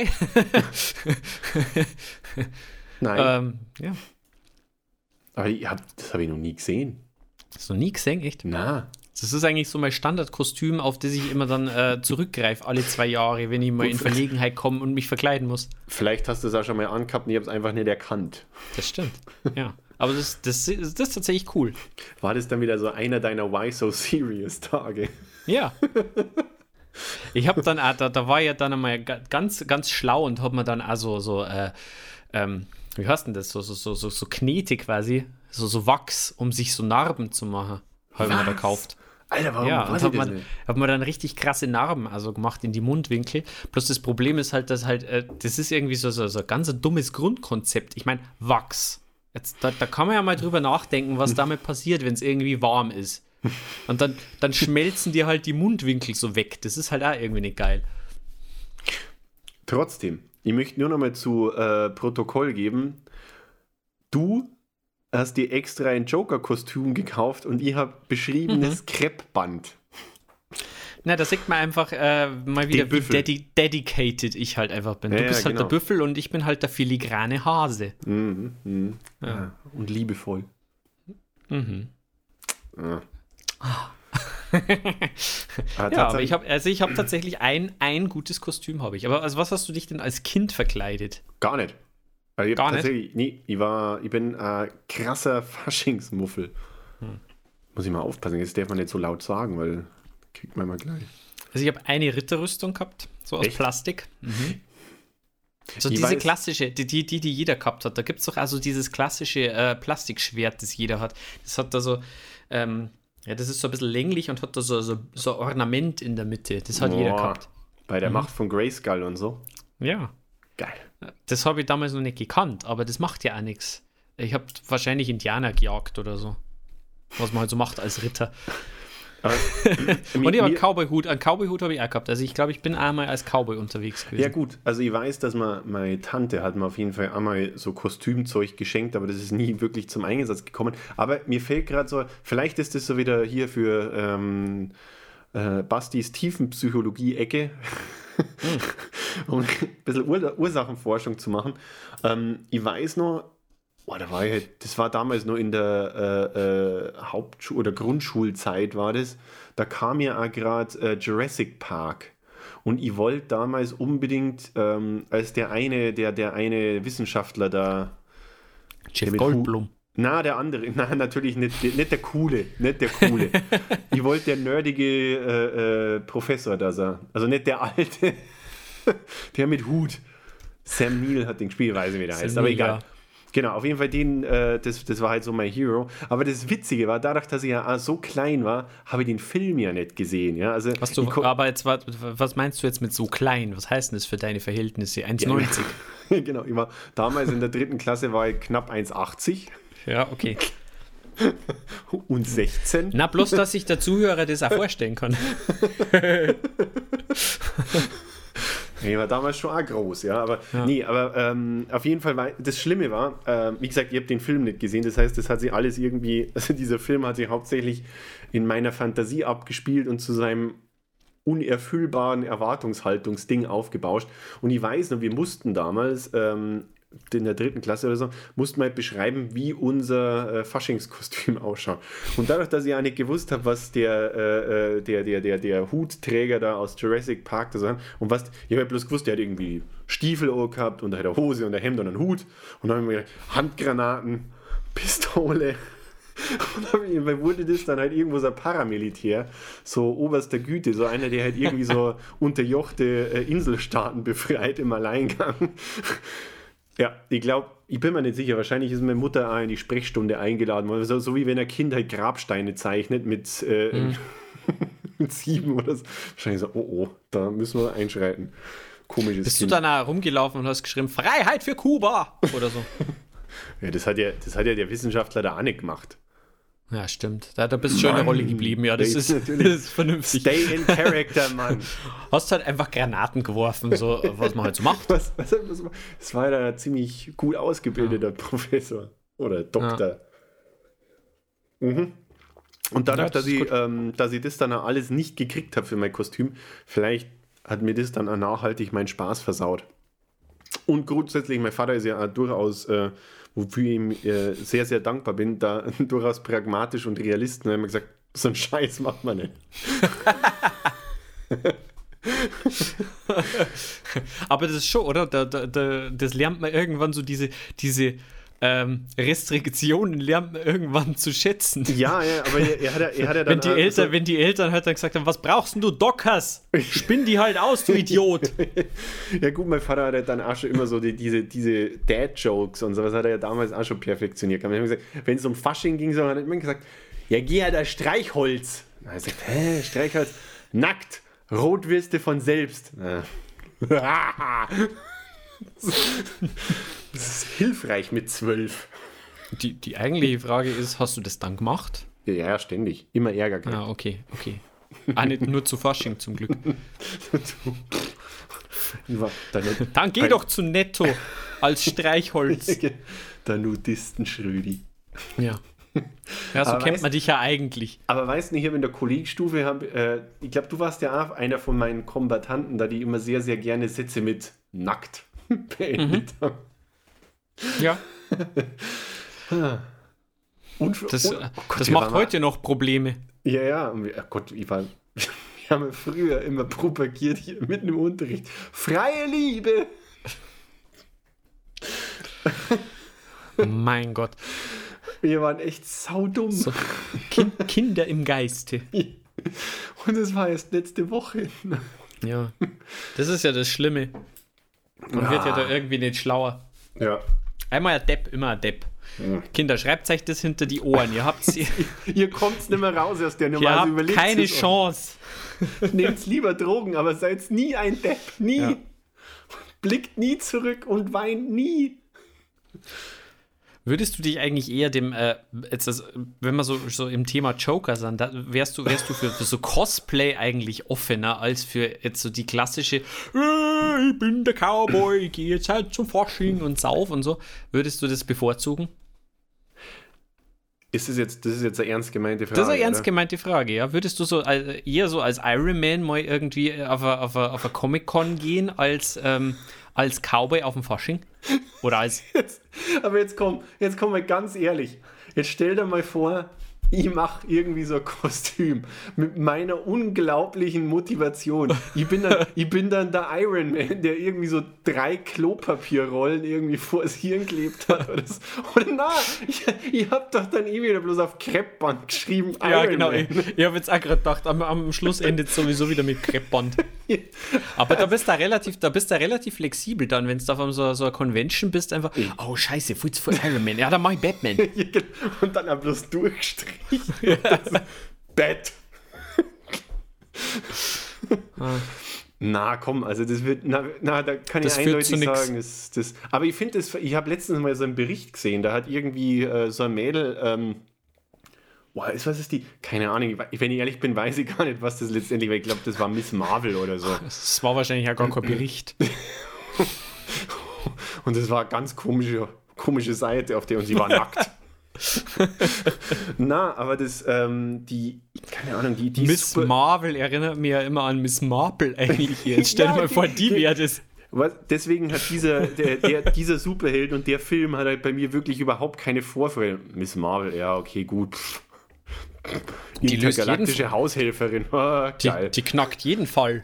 Nein. Ja. Aber das habe ich noch nie gesehen. Hast du noch nie gesehen, echt? Na. Das ist eigentlich so mein Standardkostüm, auf das ich immer dann zurückgreife, alle 2 Jahre, wenn ich mal in Verlegenheit komme und mich verkleiden muss. Vielleicht hast du es auch schon mal angehabt und ich habe es einfach nicht erkannt. Das stimmt, ja. Aber das ist tatsächlich cool. War das dann wieder so einer deiner Why So Serious Tage? Ja. Ich habe dann auch, da war ja dann einmal ganz, ganz schlau und habe mir dann also wie heißt denn das? So Knete quasi, so Wachs, um sich so Narben zu machen, habe ich mir da gekauft. Alter, warum? Ja, und habe mir dann richtig krasse Narben also gemacht in die Mundwinkel. Bloß das Problem ist halt, dass das ist irgendwie so ein ganz dummes Grundkonzept. Ich meine, Wachs. Jetzt, da kann man ja mal drüber nachdenken, was damit passiert, wenn es irgendwie warm ist. Und dann schmelzen dir halt die Mundwinkel so weg. Das ist halt auch irgendwie nicht geil. Trotzdem, ich möchte nur noch mal zu Protokoll geben. Du hast dir extra ein Joker-Kostüm gekauft und ich habe beschriebenes Kreppband. Na, da sieht man einfach mal wieder, wie dedicated ich halt einfach bin. Du bist halt der Büffel und ich bin halt der filigrane Hase. Ja. Und liebevoll. Ja. Aber ich habe tatsächlich ein gutes Kostüm habe ich. Aber also was hast du dich denn als Kind verkleidet? Gar nicht. Also gar nicht? Nee, ich bin ein krasser Faschingsmuffel. Muss ich mal aufpassen, jetzt darf man nicht so laut sagen, weil kriegt man mal gleich. Also ich habe eine Ritterrüstung gehabt, so aus Echt? Plastik. So diese klassische, die jeder gehabt hat. Da gibt es doch also dieses klassische Plastikschwert, das jeder hat. Das hat da so, das ist so ein bisschen länglich und hat da so ein Ornament in der Mitte. Das hat jeder gehabt. Bei der Macht von Grayskull und so. Ja. Geil. Das habe ich damals noch nicht gekannt, aber das macht ja auch nichts. Ich habe wahrscheinlich Indianer gejagt oder so. Was man halt so macht als Ritter. Und ich habe einen Cowboy-Hut. Einen Cowboy-Hut habe ich auch gehabt. Also ich glaube, ich bin einmal als Cowboy unterwegs gewesen. Ja gut, also ich weiß, dass meine Tante hat mir auf jeden Fall einmal so Kostümzeug geschenkt, aber das ist nie wirklich zum Einsatz gekommen. Aber mir fällt gerade so, vielleicht ist das so wieder hier für Bastis Tiefenpsychologie-Ecke, um ein bisschen Ursachenforschung zu machen. Ich weiß noch, das war damals noch in der oder Grundschulzeit war das. Da kam ja auch gerade Jurassic Park. Und ich wollte damals unbedingt als der eine Wissenschaftler da. Jeff Goldblum. Der andere. Nein, natürlich nicht der Coole. Nicht der Coole. Ich wollte der nerdige Professor da sein. Also nicht der alte. Der mit Hut. Sam Neill hat den gespielt, weiß ich, wie der heißt. Aber egal. Ja. Genau, auf jeden Fall das war halt so mein Hero. Aber das Witzige war, dadurch, dass ich ja so klein war, habe ich den Film ja nicht gesehen. Ja? Also, aber jetzt, was meinst du jetzt mit so klein? Was heißt denn das für deine Verhältnisse? 1,90? Ja, genau, ich war damals in der 3. Klasse war ich knapp 1,80. Ja, okay. Und 16. Na, bloß, dass sich der Zuhörer das auch vorstellen kann. Ich war damals schon auch groß, ja, aber auf jeden Fall, das Schlimme war, wie gesagt, ich habe den Film nicht gesehen, das heißt, das hat sich alles irgendwie, also dieser Film hat sich hauptsächlich in meiner Fantasie abgespielt und zu seinem unerfüllbaren Erwartungshaltungsding aufgebauscht. Und ich weiß noch, wir mussten damals in der 3. Klasse oder so, mussten wir halt beschreiben, wie unser Faschingskostüm ausschaut. Und dadurch, dass ich auch nicht gewusst habe, was der Hutträger da aus Jurassic Park da sagt, und was, ich habe bloß gewusst, der hat irgendwie Stiefel gehabt und er hat eine Hose und ein Hemd und einen Hut. Und dann haben wir gedacht, Handgranaten, Pistole. Und dann wurde das dann halt irgendwo so ein Paramilitär, so oberster Güte, so einer, der halt irgendwie so unterjochte Inselstaaten befreit im Alleingang. Ja, ich glaube, ich bin mir nicht sicher, wahrscheinlich ist meine Mutter auch in die Sprechstunde eingeladen worden, so wie wenn ein Kind halt Grabsteine zeichnet mit, mit 7 oder so. Wahrscheinlich so, oh, da müssen wir einschreiten. Komisches Bist Kind. Du dann rumgelaufen und hast geschrieben, Freiheit für Kuba oder so? Ja, das hat ja der Wissenschaftler da auch nicht gemacht. Ja, stimmt. Da bist du schon in der Rolle geblieben. Ja, das ist vernünftig. Stay in character, Mann. Hast halt einfach Granaten geworfen, so was man halt so macht. Das war ja ein ziemlich gut ausgebildeter Professor oder Doktor. Ja. Mhm. Und dadurch, dass ich das dann alles nicht gekriegt habe für mein Kostüm, vielleicht hat mir das dann auch nachhaltig meinen Spaß versaut. Und grundsätzlich, mein Vater ist ja durchaus, wofür ich ihm sehr, sehr dankbar bin, da durchaus pragmatisch und realistisch. Und er hat immer gesagt, so einen Scheiß macht man nicht. Aber das ist schon, oder? Das lernt man irgendwann so diese Restriktionen lernt man irgendwann zu schätzen. Ja, aber er hat ja dann... Wenn die Eltern halt dann gesagt haben, was brauchst denn du, Dockers? Spinn die halt aus, du Idiot. Ja gut, mein Vater hat halt dann auch schon immer so diese Dad-Jokes und sowas hat er ja damals auch schon perfektioniert. Wenn es um Fasching ging, so, hat er immer gesagt, ja geh halt als Streichholz. Dann hat er gesagt, Streichholz? Nackt, Rotwürste von selbst. Das ist hilfreich mit 12. Die eigentliche Frage ist, hast du das dann gemacht? Ja, ständig. Immer Ärger gehabt. Ah, okay. Nicht nur zu Fasching zum Glück. Dann geh doch zu Netto als Streichholz. Der Nudisten-Schrödi. Ja. Ja, so kennt man dich ja eigentlich. Aber weißt du, ich habe in der Kollegstufe, ich glaube, du warst ja auch einer von meinen Kombattanten, da die immer sehr, sehr gerne Sätze mit nackt beendet haben. Ja. Das macht heute noch Probleme. Ja. Oh Gott, wir haben früher immer propagiert hier mitten im Unterricht. Freie Liebe! Mein Gott. Wir waren echt saudumm. So, Kinder im Geiste. Und es war erst letzte Woche. Ja, das ist ja das Schlimme. Man wird ja da irgendwie nicht schlauer. Ja. Einmal ein Depp, immer ein Depp. Ja. Kinder, schreibt euch das hinter die Ohren. Ihr kommt nicht mehr raus aus der Nummer. Ihr habt keine Chance. Nehmt lieber Drogen, aber seid nie ein Depp. Nie. Ja. Blickt nie zurück und weint nie. Würdest du dich eigentlich eher dem, wenn wir so im Thema Joker sind, wärst du für so Cosplay eigentlich offener als für jetzt so die klassische, ich bin der Cowboy, ich gehe jetzt halt zum Fasching und sauf und so. Würdest du das bevorzugen? Das ist jetzt eine ernst gemeinte Frage. Das ist eine ernst gemeinte Frage, ja. Würdest du so eher so als Iron Man mal irgendwie auf eine Comic-Con gehen als Cowboy auf dem Fasching? Oder als... Aber jetzt komm mal ganz ehrlich. Jetzt stell dir mal vor, ich mache irgendwie so ein Kostüm mit meiner unglaublichen Motivation. Ich bin dann der Iron Man, der irgendwie so 3 Klopapierrollen irgendwie vor das Hirn geklebt hat. Oder na, ich hab doch dann wieder bloß auf Kreppband geschrieben, Iron ja, genau. Man. Ich habe jetzt auch gerade gedacht, am Schluss endet es sowieso wieder mit Kreppband. Aber da bist du relativ flexibel dann, wenn du auf so einer Convention bist, einfach, oh scheiße, viel zu viel Iron Man. Ja, dann mach ich Batman. Und dann auch bloß durchgestrichen. Bett. Na komm, also das wird, da kann ich eindeutig sagen, aber ich finde ich habe letztens mal so einen Bericht gesehen, da hat irgendwie so ein Mädel, was ist die? Keine Ahnung, wenn ich ehrlich bin, weiß ich gar nicht, was das letztendlich war. Ich glaube, das war Miss Marvel oder so. Das war wahrscheinlich auch gar kein Bericht. Und das war eine ganz komische Seite, auf der, und sie war nackt. Na, aber das, keine Ahnung, die Miss Marvel erinnert mich ja immer an Miss Marple eigentlich jetzt. Stell dir mal vor, die wäre das. Deswegen hat dieser Superheld und der Film hat halt bei mir wirklich überhaupt keine Vorfreude. Miss Marvel, ja, okay, gut. Die intergalaktische Haushelferin. Oh, geil. Die knackt jeden Fall.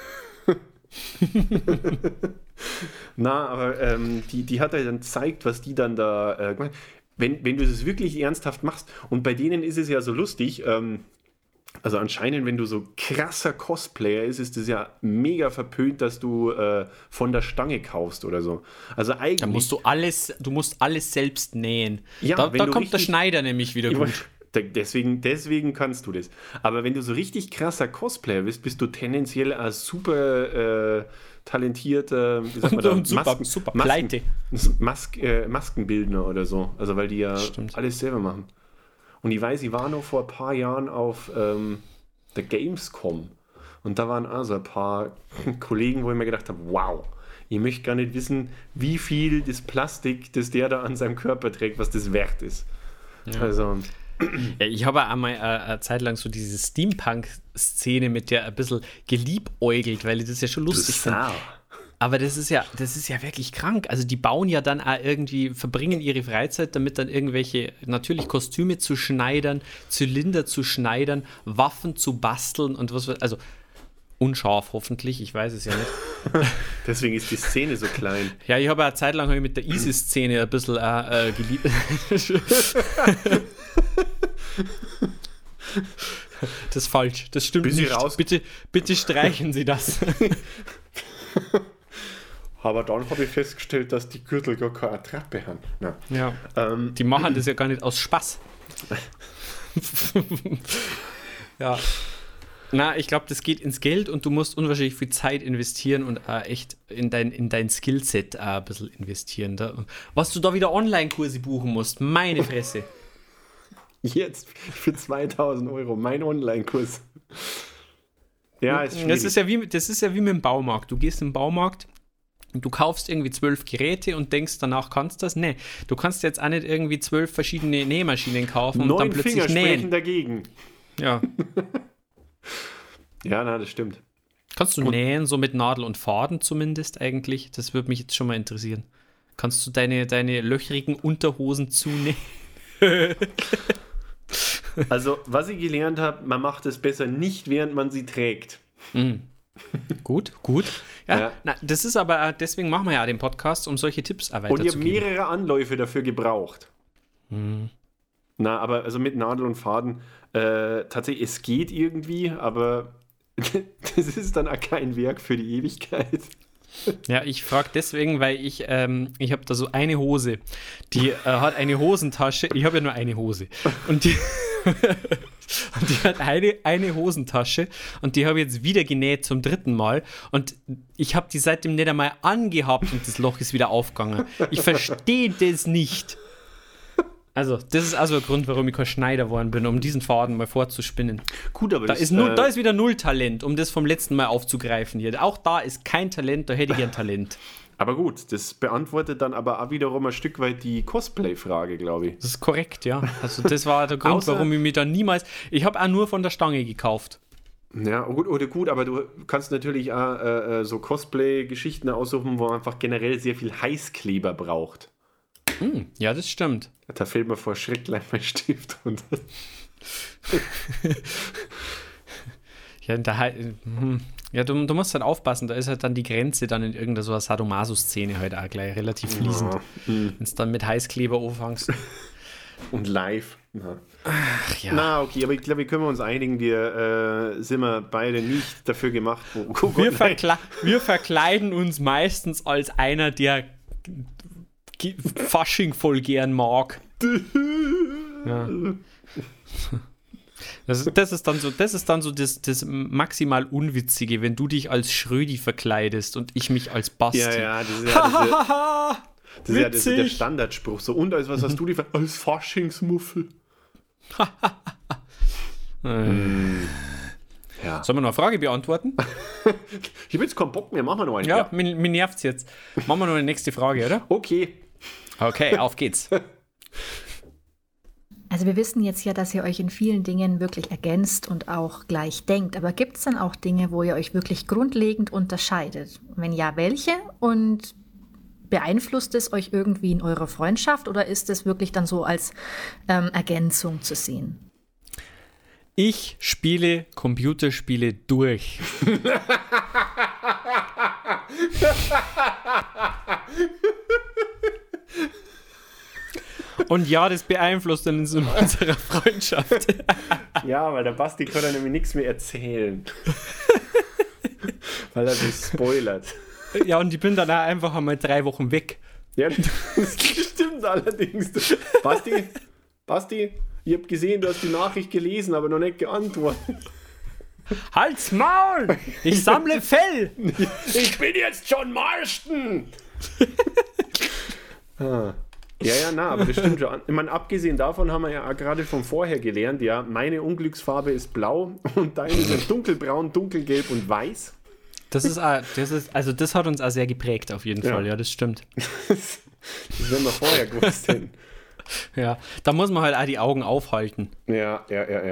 Na, aber die hat halt dann gezeigt, was die dann da wenn du das wirklich ernsthaft machst, und bei denen ist es ja so lustig, also anscheinend, wenn du so krasser Cosplayer ist das ja mega verpönt, dass du von der Stange kaufst oder so. Also eigentlich... Du musst alles selbst nähen. Ja, da kommt der Schneider nämlich wieder gut. Deswegen kannst du das. Aber wenn du so richtig krasser Cosplayer bist du tendenziell als super talentierter, wie sagt man da? super Pleite. Maskenbildner oder so. Also weil die ja alles selber machen. Und ich weiß, ich war noch vor ein paar Jahren auf der Gamescom. Und da waren also ein paar Kollegen, wo ich mir gedacht habe, wow, ich möchte gar nicht wissen, wie viel das Plastik, das der da an seinem Körper trägt, was das wert ist. Ja. Also... Ja, ich habe einmal eine Zeit lang so diese Steampunk-Szene mit der ein bisschen geliebäugelt, weil ich das ja schon lustig finde. Aber das ist ja wirklich krank. Also die bauen ja dann auch irgendwie, verbringen ihre Freizeit damit, dann irgendwelche, natürlich Kostüme zu schneidern, Zylinder zu schneidern, Waffen zu basteln und was, also unscharf hoffentlich, ich weiß es ja nicht. Deswegen ist die Szene so klein. Ja, ich habe eine Zeit lang mit der ISIS-Szene ein bisschen geliebt. Das ist falsch, das stimmt nicht. Bitte streichen Sie das. Aber dann habe ich festgestellt, dass die Gürtel gar keine Attrappe haben. Ja, die machen das ja gar nicht aus Spaß. Ja. Na, ich glaube, das geht ins Geld und du musst unwahrscheinlich viel Zeit investieren und echt in dein Skillset ein bisschen investieren. Was du da wieder Online-Kurse buchen musst, meine Fresse. Jetzt für 2.000 Euro, mein Online-Kurs. Ja, ist schwierig. Das ist ja wie mit dem Baumarkt. Du gehst im Baumarkt und du kaufst irgendwie 12 Geräte und denkst, danach kannst du das. Nee, du kannst jetzt auch nicht irgendwie 12 verschiedene Nähmaschinen kaufen und dann plötzlich Finger nähen. Sprechen dagegen. Ja. Ja, das stimmt. Kannst du nähen, so mit Nadel und Faden zumindest eigentlich? Das würde mich jetzt schon mal interessieren. Kannst du deine löchrigen Unterhosen zunähen? Also, was ich gelernt habe, man macht es besser nicht, während man sie trägt. Mhm. Gut. Ja. Na, das ist aber, deswegen machen wir ja den Podcast, um solche Tipps weiterzugeben. Und ich habe mehrere Anläufe dafür gebraucht. Mhm. Na, aber also mit Nadel und Faden, tatsächlich, es geht irgendwie, aber das ist dann auch kein Werk für die Ewigkeit. Ja, ich frage deswegen, weil ich habe da so eine Hose, die hat eine Hosentasche, ich habe ja nur eine Hose und die hat eine Hosentasche und die habe ich jetzt wieder genäht zum 3. Mal und ich habe die seitdem nicht einmal angehabt und das Loch ist wieder aufgegangen. Ich verstehe das nicht. Also, das ist also ein Grund, warum ich kein Schneider geworden bin, um diesen Faden mal fortzuspinnen. Gut, aber da ist wieder null Talent, um das vom letzten Mal aufzugreifen hier. Auch da ist kein Talent, da hätte ich gern Talent. Aber gut, das beantwortet dann aber auch wiederum ein Stück weit die Cosplay-Frage, glaube ich. Das ist korrekt, ja. Also das war der Grund, warum ich mich da niemals... Ich habe auch nur von der Stange gekauft. Ja, gut, aber du kannst natürlich auch so Cosplay-Geschichten aussuchen, wo man einfach generell sehr viel Heißkleber braucht. Ja, das stimmt. Da fehlt mir vor Schreck gleich mein Stift runter. Ja, du musst halt aufpassen, da ist halt dann die Grenze dann in irgendeiner so einer Sadomaso-Szene halt auch gleich relativ fließend. Wenn es dann mit Heißkleber anfängst. Und live. Na. Ach ja. Na, okay, aber ich glaube, wir können uns einigen, wir sind beide nicht dafür gemacht. Wir verkleiden uns meistens als einer, der Fasching voll gern mag. Ja. Das ist dann so das maximal Unwitzige, wenn du dich als Schrödi verkleidest und ich mich als Basti. Ja, das ist ja der Standardspruch. So, und als was hast du die als Faschingsmuffel? Ja. Sollen wir noch eine Frage beantworten? Ich habe jetzt keinen Bock mehr, machen wir noch eine. Ja, mir nervt's jetzt. Machen wir noch eine nächste Frage, oder? Okay, auf geht's. Also wir wissen jetzt ja, dass ihr euch in vielen Dingen wirklich ergänzt und auch gleich denkt. Aber gibt es dann auch Dinge, wo ihr euch wirklich grundlegend unterscheidet? Wenn ja, welche? Und beeinflusst es euch irgendwie in eurer Freundschaft oder ist es wirklich dann so als Ergänzung zu sehen? Ich spiele Computerspiele durch. Und ja, das beeinflusst dann in unserer Freundschaft. Ja, weil der Basti kann ja nämlich nichts mehr erzählen. Weil er sich spoilert. Ja, und ich bin dann auch einfach einmal 3 Wochen weg. Ja, das stimmt allerdings. Basti, ich habe gesehen, du hast die Nachricht gelesen, aber noch nicht geantwortet. Halt's Maul! Ich sammle Fell! Ich bin jetzt John Marston! Aber das stimmt schon. Ich meine, abgesehen davon haben wir ja auch gerade von vorher gelernt, ja, meine Unglücksfarbe ist blau und deine sind dunkelbraun, dunkelgelb und weiß. Das hat uns auch sehr geprägt auf jeden Fall, ja, das stimmt. Das werden wir vorher gewusst hätten. Ja, da muss man halt auch die Augen aufhalten. Ja.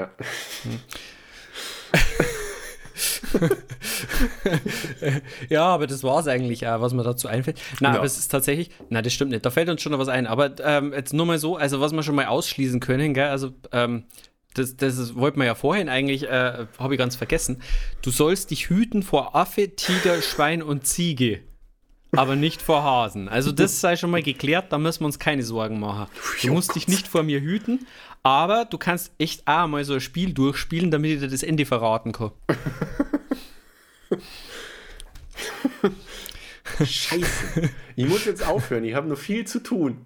Ja, aber das war es eigentlich auch, was mir dazu einfällt. Aber es ist tatsächlich, das stimmt nicht, da fällt uns schon noch was ein, aber jetzt nur mal so, also was wir schon mal ausschließen können, gell, also das wollten wir ja vorhin eigentlich, habe ich ganz vergessen, du sollst dich hüten vor Affe, Tiger, Schwein und Ziege, aber nicht vor Hasen. Also das sei schon mal geklärt, da müssen wir uns keine Sorgen machen. Du musst dich nicht vor mir hüten, aber du kannst echt auch mal so ein Spiel durchspielen, damit ich dir das Ende verraten kann. Scheiße. Ich muss jetzt aufhören, ich habe noch viel zu tun.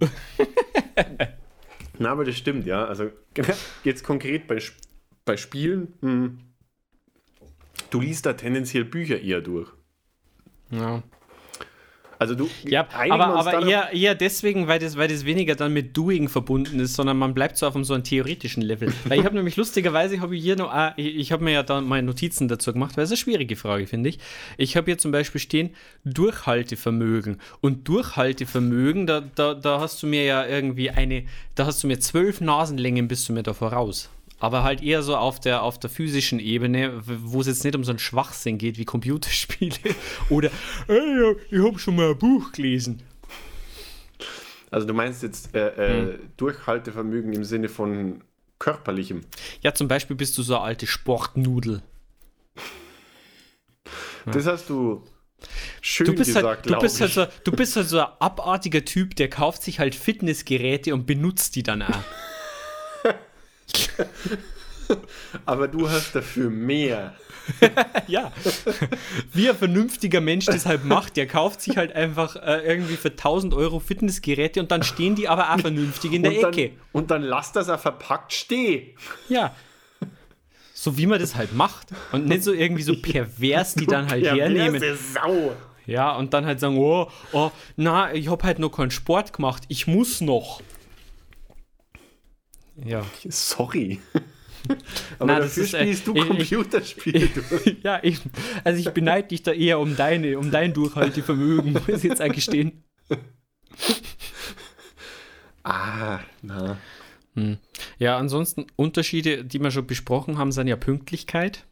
Na, aber das stimmt, ja. Also jetzt konkret bei Spielen, du liest da tendenziell Bücher eher durch. Ja. Also du, ja, aber eher deswegen, weil das weniger dann mit Doing verbunden ist, sondern man bleibt so auf so einem theoretischen Level. Weil ich habe nämlich lustigerweise, ich habe mir ja da mal Notizen dazu gemacht, weil es eine schwierige Frage, finde ich. Ich habe hier zum Beispiel stehen, Durchhaltevermögen. Und Durchhaltevermögen, da hast du mir ja irgendwie 12 Nasenlängen bist du mir da voraus. Aber halt eher so auf der physischen Ebene, wo es jetzt nicht um so einen Schwachsinn geht wie Computerspiele oder ich habe schon mal ein Buch gelesen. Also du meinst jetzt Durchhaltevermögen im Sinne von körperlichem? Ja, zum Beispiel bist du so eine alte Sportnudel. Das hast du schön gesagt, glaube ich. Du bist halt so ein abartiger Typ, der kauft sich halt Fitnessgeräte und benutzt die dann auch. Aber du hast dafür mehr. Ja. Wie ein vernünftiger Mensch das halt macht, der kauft sich halt einfach irgendwie für 1.000 Euro Fitnessgeräte und dann stehen die aber auch vernünftig in der Ecke. Und dann lasst das auch verpackt stehen. Ja. So wie man das halt macht. Und nicht so irgendwie so pervers, die dann halt hernehmen. Sau. Ja, und dann halt sagen, ich habe halt noch keinen Sport gemacht, ich muss noch. Ja. Sorry. Aber Nein, dafür spielst du Computerspiele durch. Ja, ich beneide dich da eher um dein Durchhaltevermögen, muss ich jetzt eingestehen. Na. Ja, ansonsten Unterschiede, die wir schon besprochen haben, sind ja Pünktlichkeit.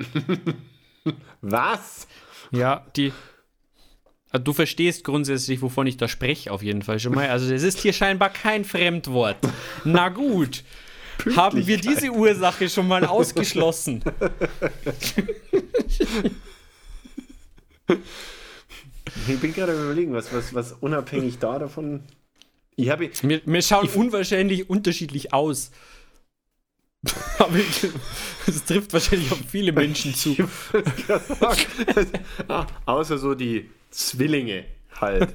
Was? Ja, du verstehst grundsätzlich, wovon ich da spreche, auf jeden Fall schon mal. Also das ist hier scheinbar kein Fremdwort. Na gut, haben wir diese Ursache schon mal ausgeschlossen. Ich bin gerade überlegen, was unabhängig davon... Wir schauen unwahrscheinlich unterschiedlich aus. Aber es trifft wahrscheinlich auf viele Menschen zu. Außer so die Zwillinge halt.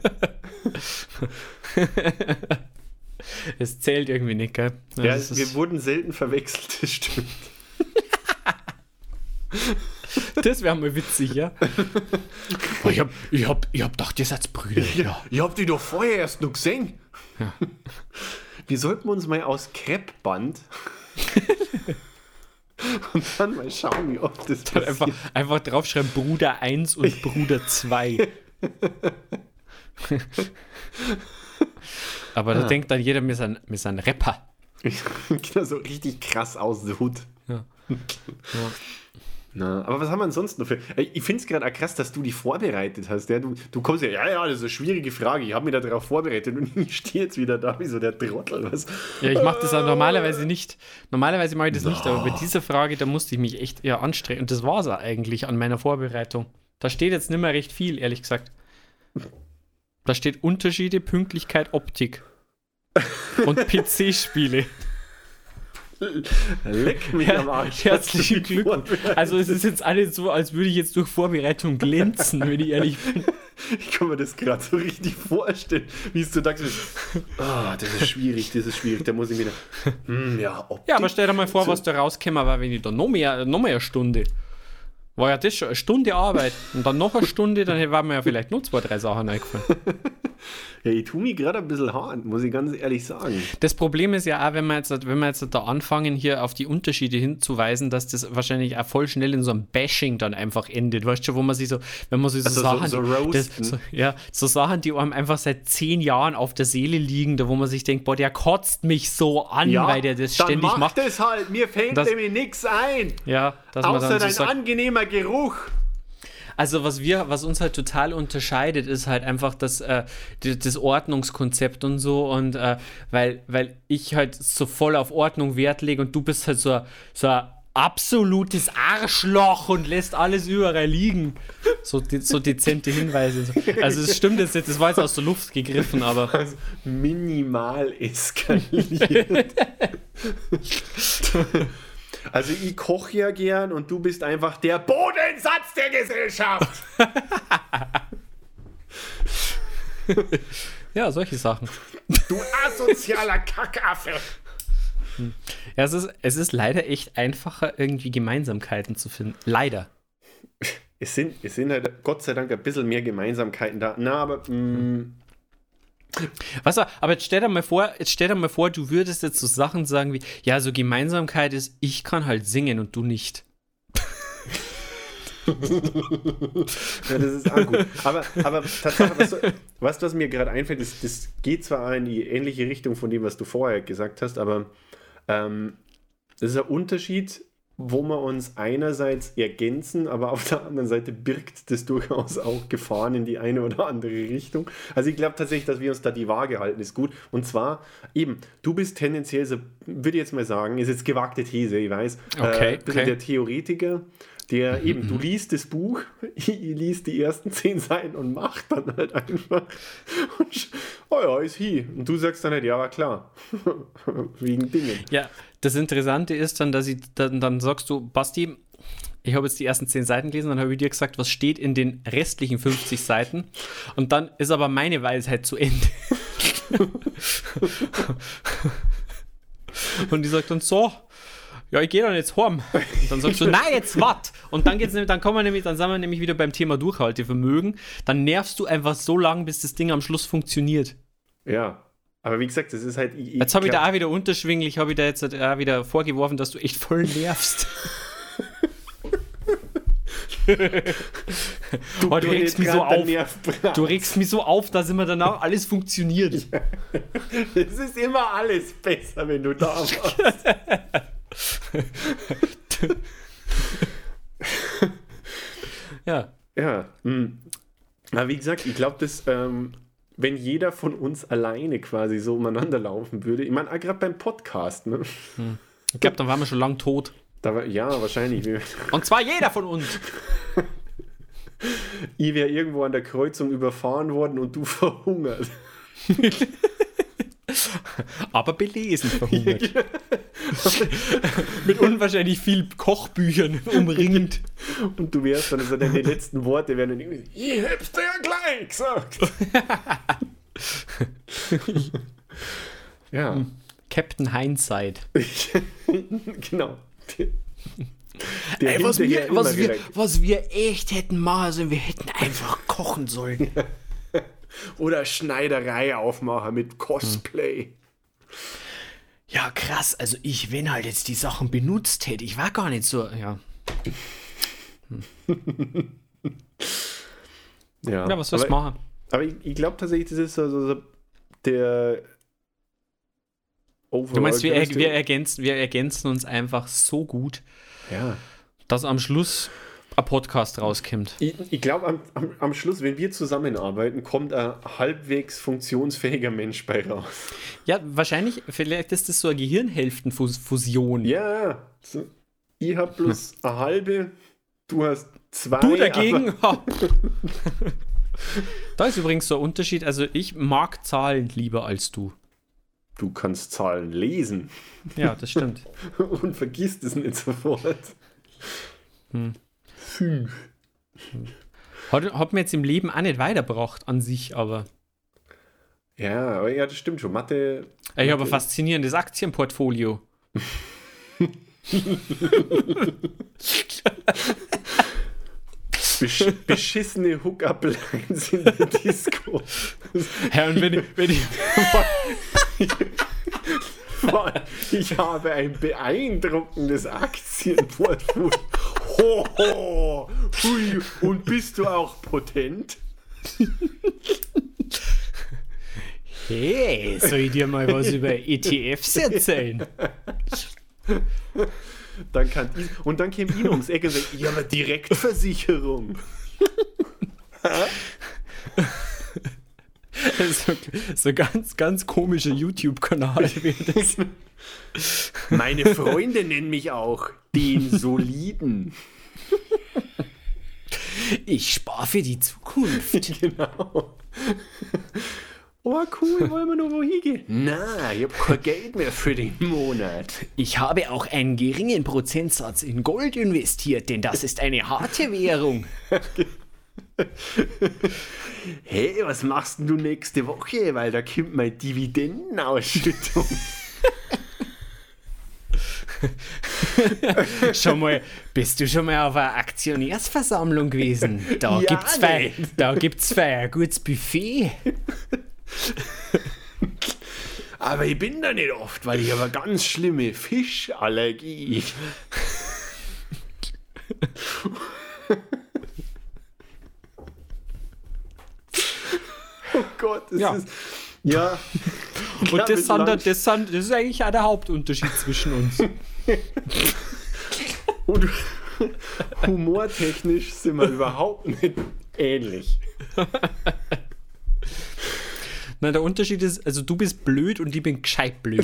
Es zählt irgendwie nicht, gell? Ja, wir wurden selten verwechselt, das stimmt. Das wäre mal witzig, ja? Ich hab gedacht, ihr seid Brüder. Ja. Ich hab die doch vorher erst noch gesehen. Ja. Wir sollten uns mal aus Kreppband und dann mal schauen, wie oft das passiert. Einfach draufschreiben, Bruder 1 und Bruder 2. Aber da denkt dann jeder, wir sind Rapper. Genau, so richtig krass aus der Hut. Ja. Na, aber was haben wir ansonsten noch für... Ich finde es gerade auch krass, dass du die vorbereitet hast. Ja? Du kommst ja, das ist eine schwierige Frage. Ich habe mich da darauf vorbereitet und ich stehe jetzt wieder da wie so der Trottel. Was? Ja, ich mache das auch normalerweise nicht. Normalerweise mache ich das nicht, aber bei dieser Frage, da musste ich mich echt anstrengen. Und das war es eigentlich an meiner Vorbereitung. Da steht jetzt nicht mehr recht viel, ehrlich gesagt. Da steht Unterschiede, Pünktlichkeit, Optik. Und PC-Spiele. Leck mich am Arsch. Herzlichen Glückwunsch. Also es ist jetzt alles so, als würde ich jetzt durch Vorbereitung glänzen, wenn ich ehrlich bin. Ich kann mir das gerade so richtig vorstellen, wie es du dachtest, das ist schwierig, da muss ich wieder, Optik. Ja, aber stell dir mal vor, was da rauskäme, war, wenn ich da noch mehr eine Stunde. War ja das schon eine Stunde Arbeit und dann noch eine Stunde, dann waren mir ja vielleicht nur 2, 3 Sachen eingefallen. Ja, ich tue mich gerade ein bisschen hart, muss ich ganz ehrlich sagen. Das Problem ist ja auch, wenn wir jetzt da anfangen, hier auf die Unterschiede hinzuweisen, dass das wahrscheinlich auch voll schnell in so einem Bashing dann einfach endet. Weißt du, wo man sich so, wenn man sich so Sachen, so Sachen, die einem einfach seit 10 Jahren auf der Seele liegen, da wo man sich denkt, boah, der kotzt mich so an, weil der das ständig macht. Dann macht das halt, mir fällt nämlich nichts ein. Ja, dass außer man dann dein angenehmer Geruch. Also was uns halt total unterscheidet, ist halt einfach das Ordnungskonzept und so und weil ich halt so voll auf Ordnung Wert lege und du bist halt so ein absolutes Arschloch und lässt alles überall liegen. So dezente Hinweise. Also es stimmt jetzt nicht, das war jetzt aus der Luft gegriffen, aber... Also minimal eskaliert. Also ich koche ja gern und du bist einfach der Bodensatz der Gesellschaft. Ja, solche Sachen. Du asozialer Kackaffe. Ja, es ist leider echt einfacher, irgendwie Gemeinsamkeiten zu finden. Leider. Es sind halt Gott sei Dank ein bisschen mehr Gemeinsamkeiten da. Na, aber... Aber jetzt stell dir mal vor, du würdest jetzt so Sachen sagen wie, ja, so Gemeinsamkeit ist, ich kann halt singen und du nicht. Ja, das ist auch gut. Aber Tatsache, was mir gerade einfällt, das geht zwar in die ähnliche Richtung von dem, was du vorher gesagt hast, aber das ist ein Unterschied, wo wir uns einerseits ergänzen, aber auf der anderen Seite birgt das durchaus auch Gefahren in die eine oder andere Richtung. Also ich glaube tatsächlich, dass wir uns da die Waage halten, ist gut. Und zwar eben, du bist tendenziell, so, würde ich jetzt mal sagen, ist jetzt gewagte These, ich weiß, der Theoretiker, der eben, du liest das Buch, ich liest die ersten 10 Seiten und macht dann halt einfach und ist hier. Und du sagst dann halt, ja, war klar. Wegen Dingen. Ja, das Interessante ist dann, dass dann sagst du, Basti, ich habe jetzt die ersten 10 Seiten gelesen, dann habe ich dir gesagt, was steht in den restlichen 50 Seiten und dann ist aber meine Weisheit zu Ende. Und die sagt dann so, ja, ich gehe dann jetzt heim. Und dann sagst du, na, jetzt was? Und dann sind wir nämlich wieder beim Thema Durchhaltevermögen. Dann nervst du einfach so lange, bis das Ding am Schluss funktioniert. Ja. Aber wie gesagt, das ist halt... Jetzt habe ich da auch wieder unterschwinglich, habe ich da jetzt auch wieder vorgeworfen, dass du echt voll nervst. Du regst mich so auf. Du regst mich so auf, dass immer danach alles funktioniert. Ja. Es ist immer alles besser, wenn du da warst. Ja. Ja. Aber wie gesagt, ich glaube, dass wenn jeder von uns alleine quasi so umeinander laufen würde, ich meine, gerade beim Podcast, ne? Ich glaube, dann waren wir schon lang tot. Ja, wahrscheinlich. Und zwar jeder von uns. Ich wäre irgendwo an der Kreuzung überfahren worden und du verhungert. Aber belesen verhungert. Mit unwahrscheinlich viel Kochbüchern umringt. Und du wärst dann, also deine letzten Worte wären dann irgendwie, ich hab's dir ja gleich gesagt. Ja. Captain Hindsight. Genau. Ey, was wir echt hätten machen sollen, wir hätten einfach kochen sollen. Oder Schneiderei aufmachen mit Cosplay. Ja, krass. Also wenn halt jetzt die Sachen benutzt hätte, ich war gar nicht so, ja. Ja, was sollst du machen? Aber ich glaube tatsächlich, das ist so der Overall. Du meinst, wir ergänzen uns einfach so gut, ja, dass am Schluss ein Podcast rauskommt. Ich glaube, am Schluss, wenn wir zusammenarbeiten, kommt ein halbwegs funktionsfähiger Mensch bei raus. Ja, wahrscheinlich, vielleicht ist das so eine Gehirnhälftenfusion. Ja, so, ich habe bloß eine halbe, du hast 2. Du dagegen? Da ist übrigens so ein Unterschied, also ich mag Zahlen lieber als du. Du kannst Zahlen lesen. Ja, das stimmt. Und vergisst es nicht sofort. 5. Hat mir jetzt im Leben auch nicht weitergebracht an sich, aber... Ja, aber ja, das stimmt schon. Mathe... Ich habe ein faszinierendes Aktienportfolio. Beschissene Hook-Up-Lines in der Disco. Ja, und wenn ich ich habe ein beeindruckendes Aktienportfolio. Hoho! Hui, und bist du auch potent? Hey, soll ich dir mal was über ETFs erzählen? Dann käme ihn ums Eck und sagt, ja, aber Direktversicherung. So ganz, ganz komischer YouTube-Kanal. Meine Freunde nennen mich auch den Soliden. Ich spare für die Zukunft. Genau. Oh, cool, wollen wir noch wohin gehen? Na, ich habe kein Geld mehr für den Monat. Ich habe auch einen geringen Prozentsatz in Gold investiert, denn das ist eine harte Währung. Hey, was machst denn du nächste Woche? Weil da kommt meine Dividendenausschüttung. Bist du schon mal auf einer Aktionärsversammlung gewesen? Da ja, gibt's für ein gutes Buffet. Aber ich bin da nicht oft, weil ich habe eine ganz schlimme Fischallergie. Oh Gott, das ist... Ja. Und das ist eigentlich auch der Hauptunterschied zwischen uns. Und humortechnisch sind wir überhaupt nicht ähnlich. Na, der Unterschied ist, also du bist blöd und ich bin gescheit blöd.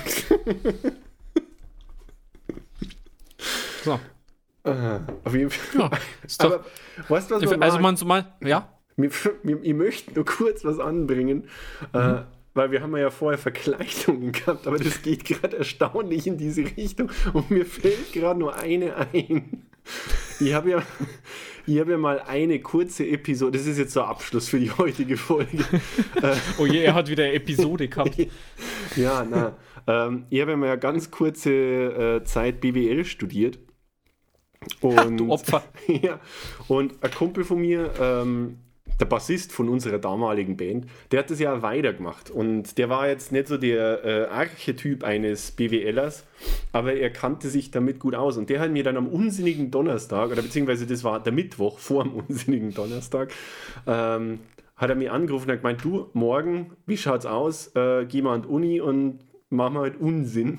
So. Auf jeden Fall. Ja, aber weißt du, was man also man so mal, ja? Ich möchte nur kurz was anbringen, weil wir haben ja vorher Verkleidungen gehabt, aber das geht gerade erstaunlich in diese Richtung und mir fällt gerade nur eine ein. Ich habe ja mal eine kurze Episode, das ist jetzt so ein Abschluss für die heutige Folge. Oh je, er hat wieder eine Episode gehabt. Ja, ich habe ja mal ganz kurze Zeit BWL studiert. Und, du Opfer. Ja, und ein Kumpel von mir, der Bassist von unserer damaligen Band, der hat das ja weitergemacht. Und der war jetzt nicht so der Archetyp eines BWLers, aber er kannte sich damit gut aus. Und der hat mir dann am unsinnigen Donnerstag, oder beziehungsweise das war der Mittwoch vor dem unsinnigen Donnerstag, hat er mich angerufen und hat gemeint, du, morgen, wie schaut's aus? Geh mal an die Uni und machen wir halt Unsinn.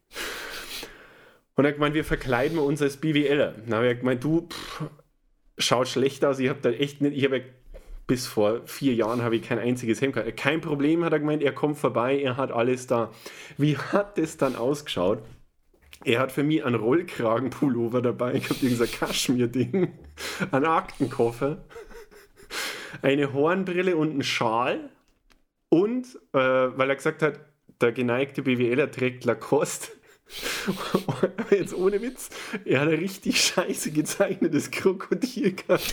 Und er hat gemeint, wir verkleiden uns als BWLer. Dann habe ich gemeint, du, schaut schlecht aus, ich habe da echt nicht, ich habe bis vor 4 Jahren habe ich kein einziges Hemd gehabt. Kein Problem, hat er gemeint, er kommt vorbei, er hat alles da. Wie hat das dann ausgeschaut? Er hat für mich einen Rollkragenpullover dabei, ich habe irgendein Kaschmir-Ding, einen Aktenkoffer, eine Hornbrille und einen Schal und, weil er gesagt hat, der geneigte BWLer trägt Lacoste. Jetzt ohne Witz, er hat ein richtig scheiße gezeichnetes Krokodil gehabt.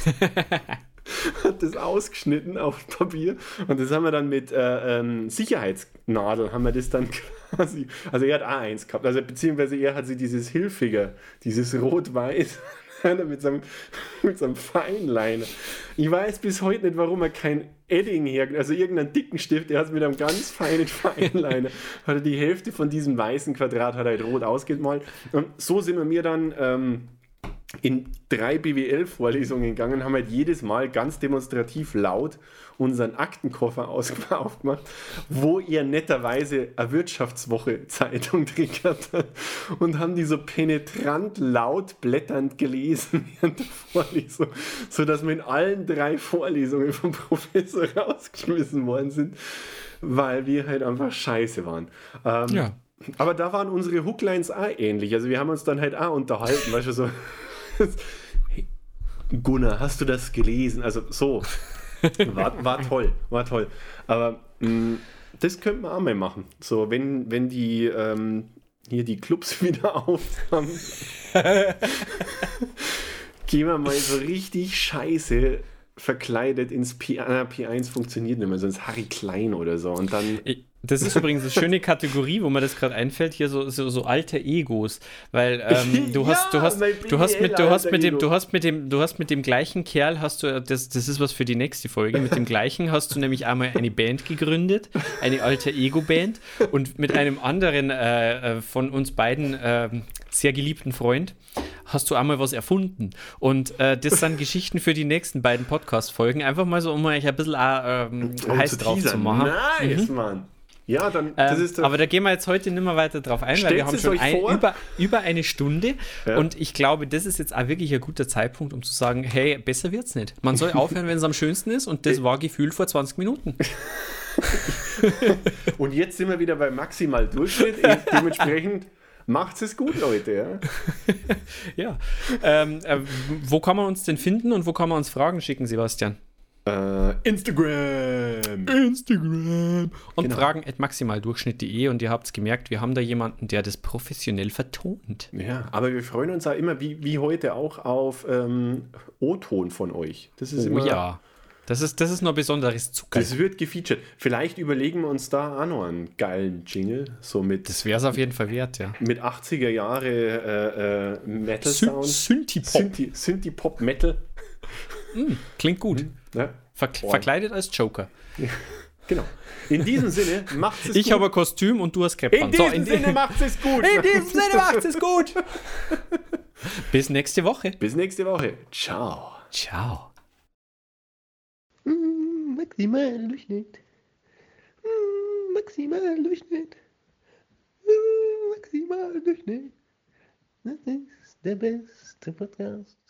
Hat das ausgeschnitten auf Papier und das haben wir dann mit Sicherheitsnadel haben wir das dann quasi, also er hat A1 gehabt, also beziehungsweise er hat sich dieses Hilfiger, dieses Rot-Weiß mit so einem Feinliner. Ich weiß bis heute nicht, warum er kein Edding hergibt, also irgendeinen dicken Stift, er hat es mit einem ganz feinen Feinliner, hat er die Hälfte von diesem weißen Quadrat hat er halt rot ausgemalt und so sind wir mir dann in 3 BWL-Vorlesungen gegangen, haben halt jedes Mal ganz demonstrativ laut unseren Aktenkoffer aufgemacht, wo er netterweise eine Wirtschaftswoche-Zeitung drin gehabt hat und haben die so penetrant laut blätternd gelesen während der Vorlesung, sodass wir in allen 3 Vorlesungen vom Professor rausgeschmissen worden sind, weil wir halt einfach scheiße waren. Ja. Aber da waren unsere Hooklines auch ähnlich. Also wir haben uns dann halt auch unterhalten, weißt du, so hey, Gunnar, hast du das gelesen? Also so, war toll. Aber das könnte man auch mal machen. So, wenn die hier die Clubs wieder auf haben, gehen wir mal so richtig scheiße verkleidet ins P1 funktioniert nicht mehr, sonst Harry Klein oder so. Und dann... Das ist übrigens eine schöne Kategorie, wo mir das gerade einfällt, hier so alte Egos, weil du hast mit dem gleichen Kerl das ist was für die nächste Folge, mit dem gleichen hast du nämlich einmal eine Band gegründet, eine alte Ego-Band und mit einem anderen von uns beiden sehr geliebten Freund hast du einmal was erfunden und das sind Geschichten für die nächsten beiden Podcast-Folgen, einfach mal so, um euch ein bisschen heiß drauf zu machen. Nice, Mann. Ja, dann, das ist aber da gehen wir jetzt heute nicht mehr weiter drauf ein, weil wir haben schon über eine Stunde und ich glaube, das ist jetzt auch wirklich ein guter Zeitpunkt, um zu sagen, hey, besser wird's nicht. Man soll aufhören, wenn es am schönsten ist und das war gefühlt vor 20 Minuten. Und jetzt sind wir wieder bei maximal Durchschnitt, dementsprechend macht's es gut, Leute. Ja. Wo kann man uns denn finden und wo kann man uns Fragen schicken, Sebastian? Instagram und genau. Fragen@maximaldurchschnitt.de und ihr habt es gemerkt, wir haben da jemanden, der das professionell vertont. Ja, aber wir freuen uns auch immer, wie heute auch auf O-Ton von euch. Das ist immer... Ja, das ist noch besonderes Zucker. Das wird gefeatured. Vielleicht überlegen wir uns da auch noch einen geilen Jingle. So mit, das wäre es auf jeden Fall wert, ja. Mit 80er Jahre Metal-Sound. Synthie-Pop-Metal. Klingt gut. Ja. Verkleidet als Joker. Ja, genau. In diesem Sinne macht es gut. Ich habe ein Kostüm und du hast Kreppband. In diesem Sinne macht es gut. Bis nächste Woche. Ciao. Maximal Durchschnitt. Maximal Durchschnitt. Das ist der beste Podcast.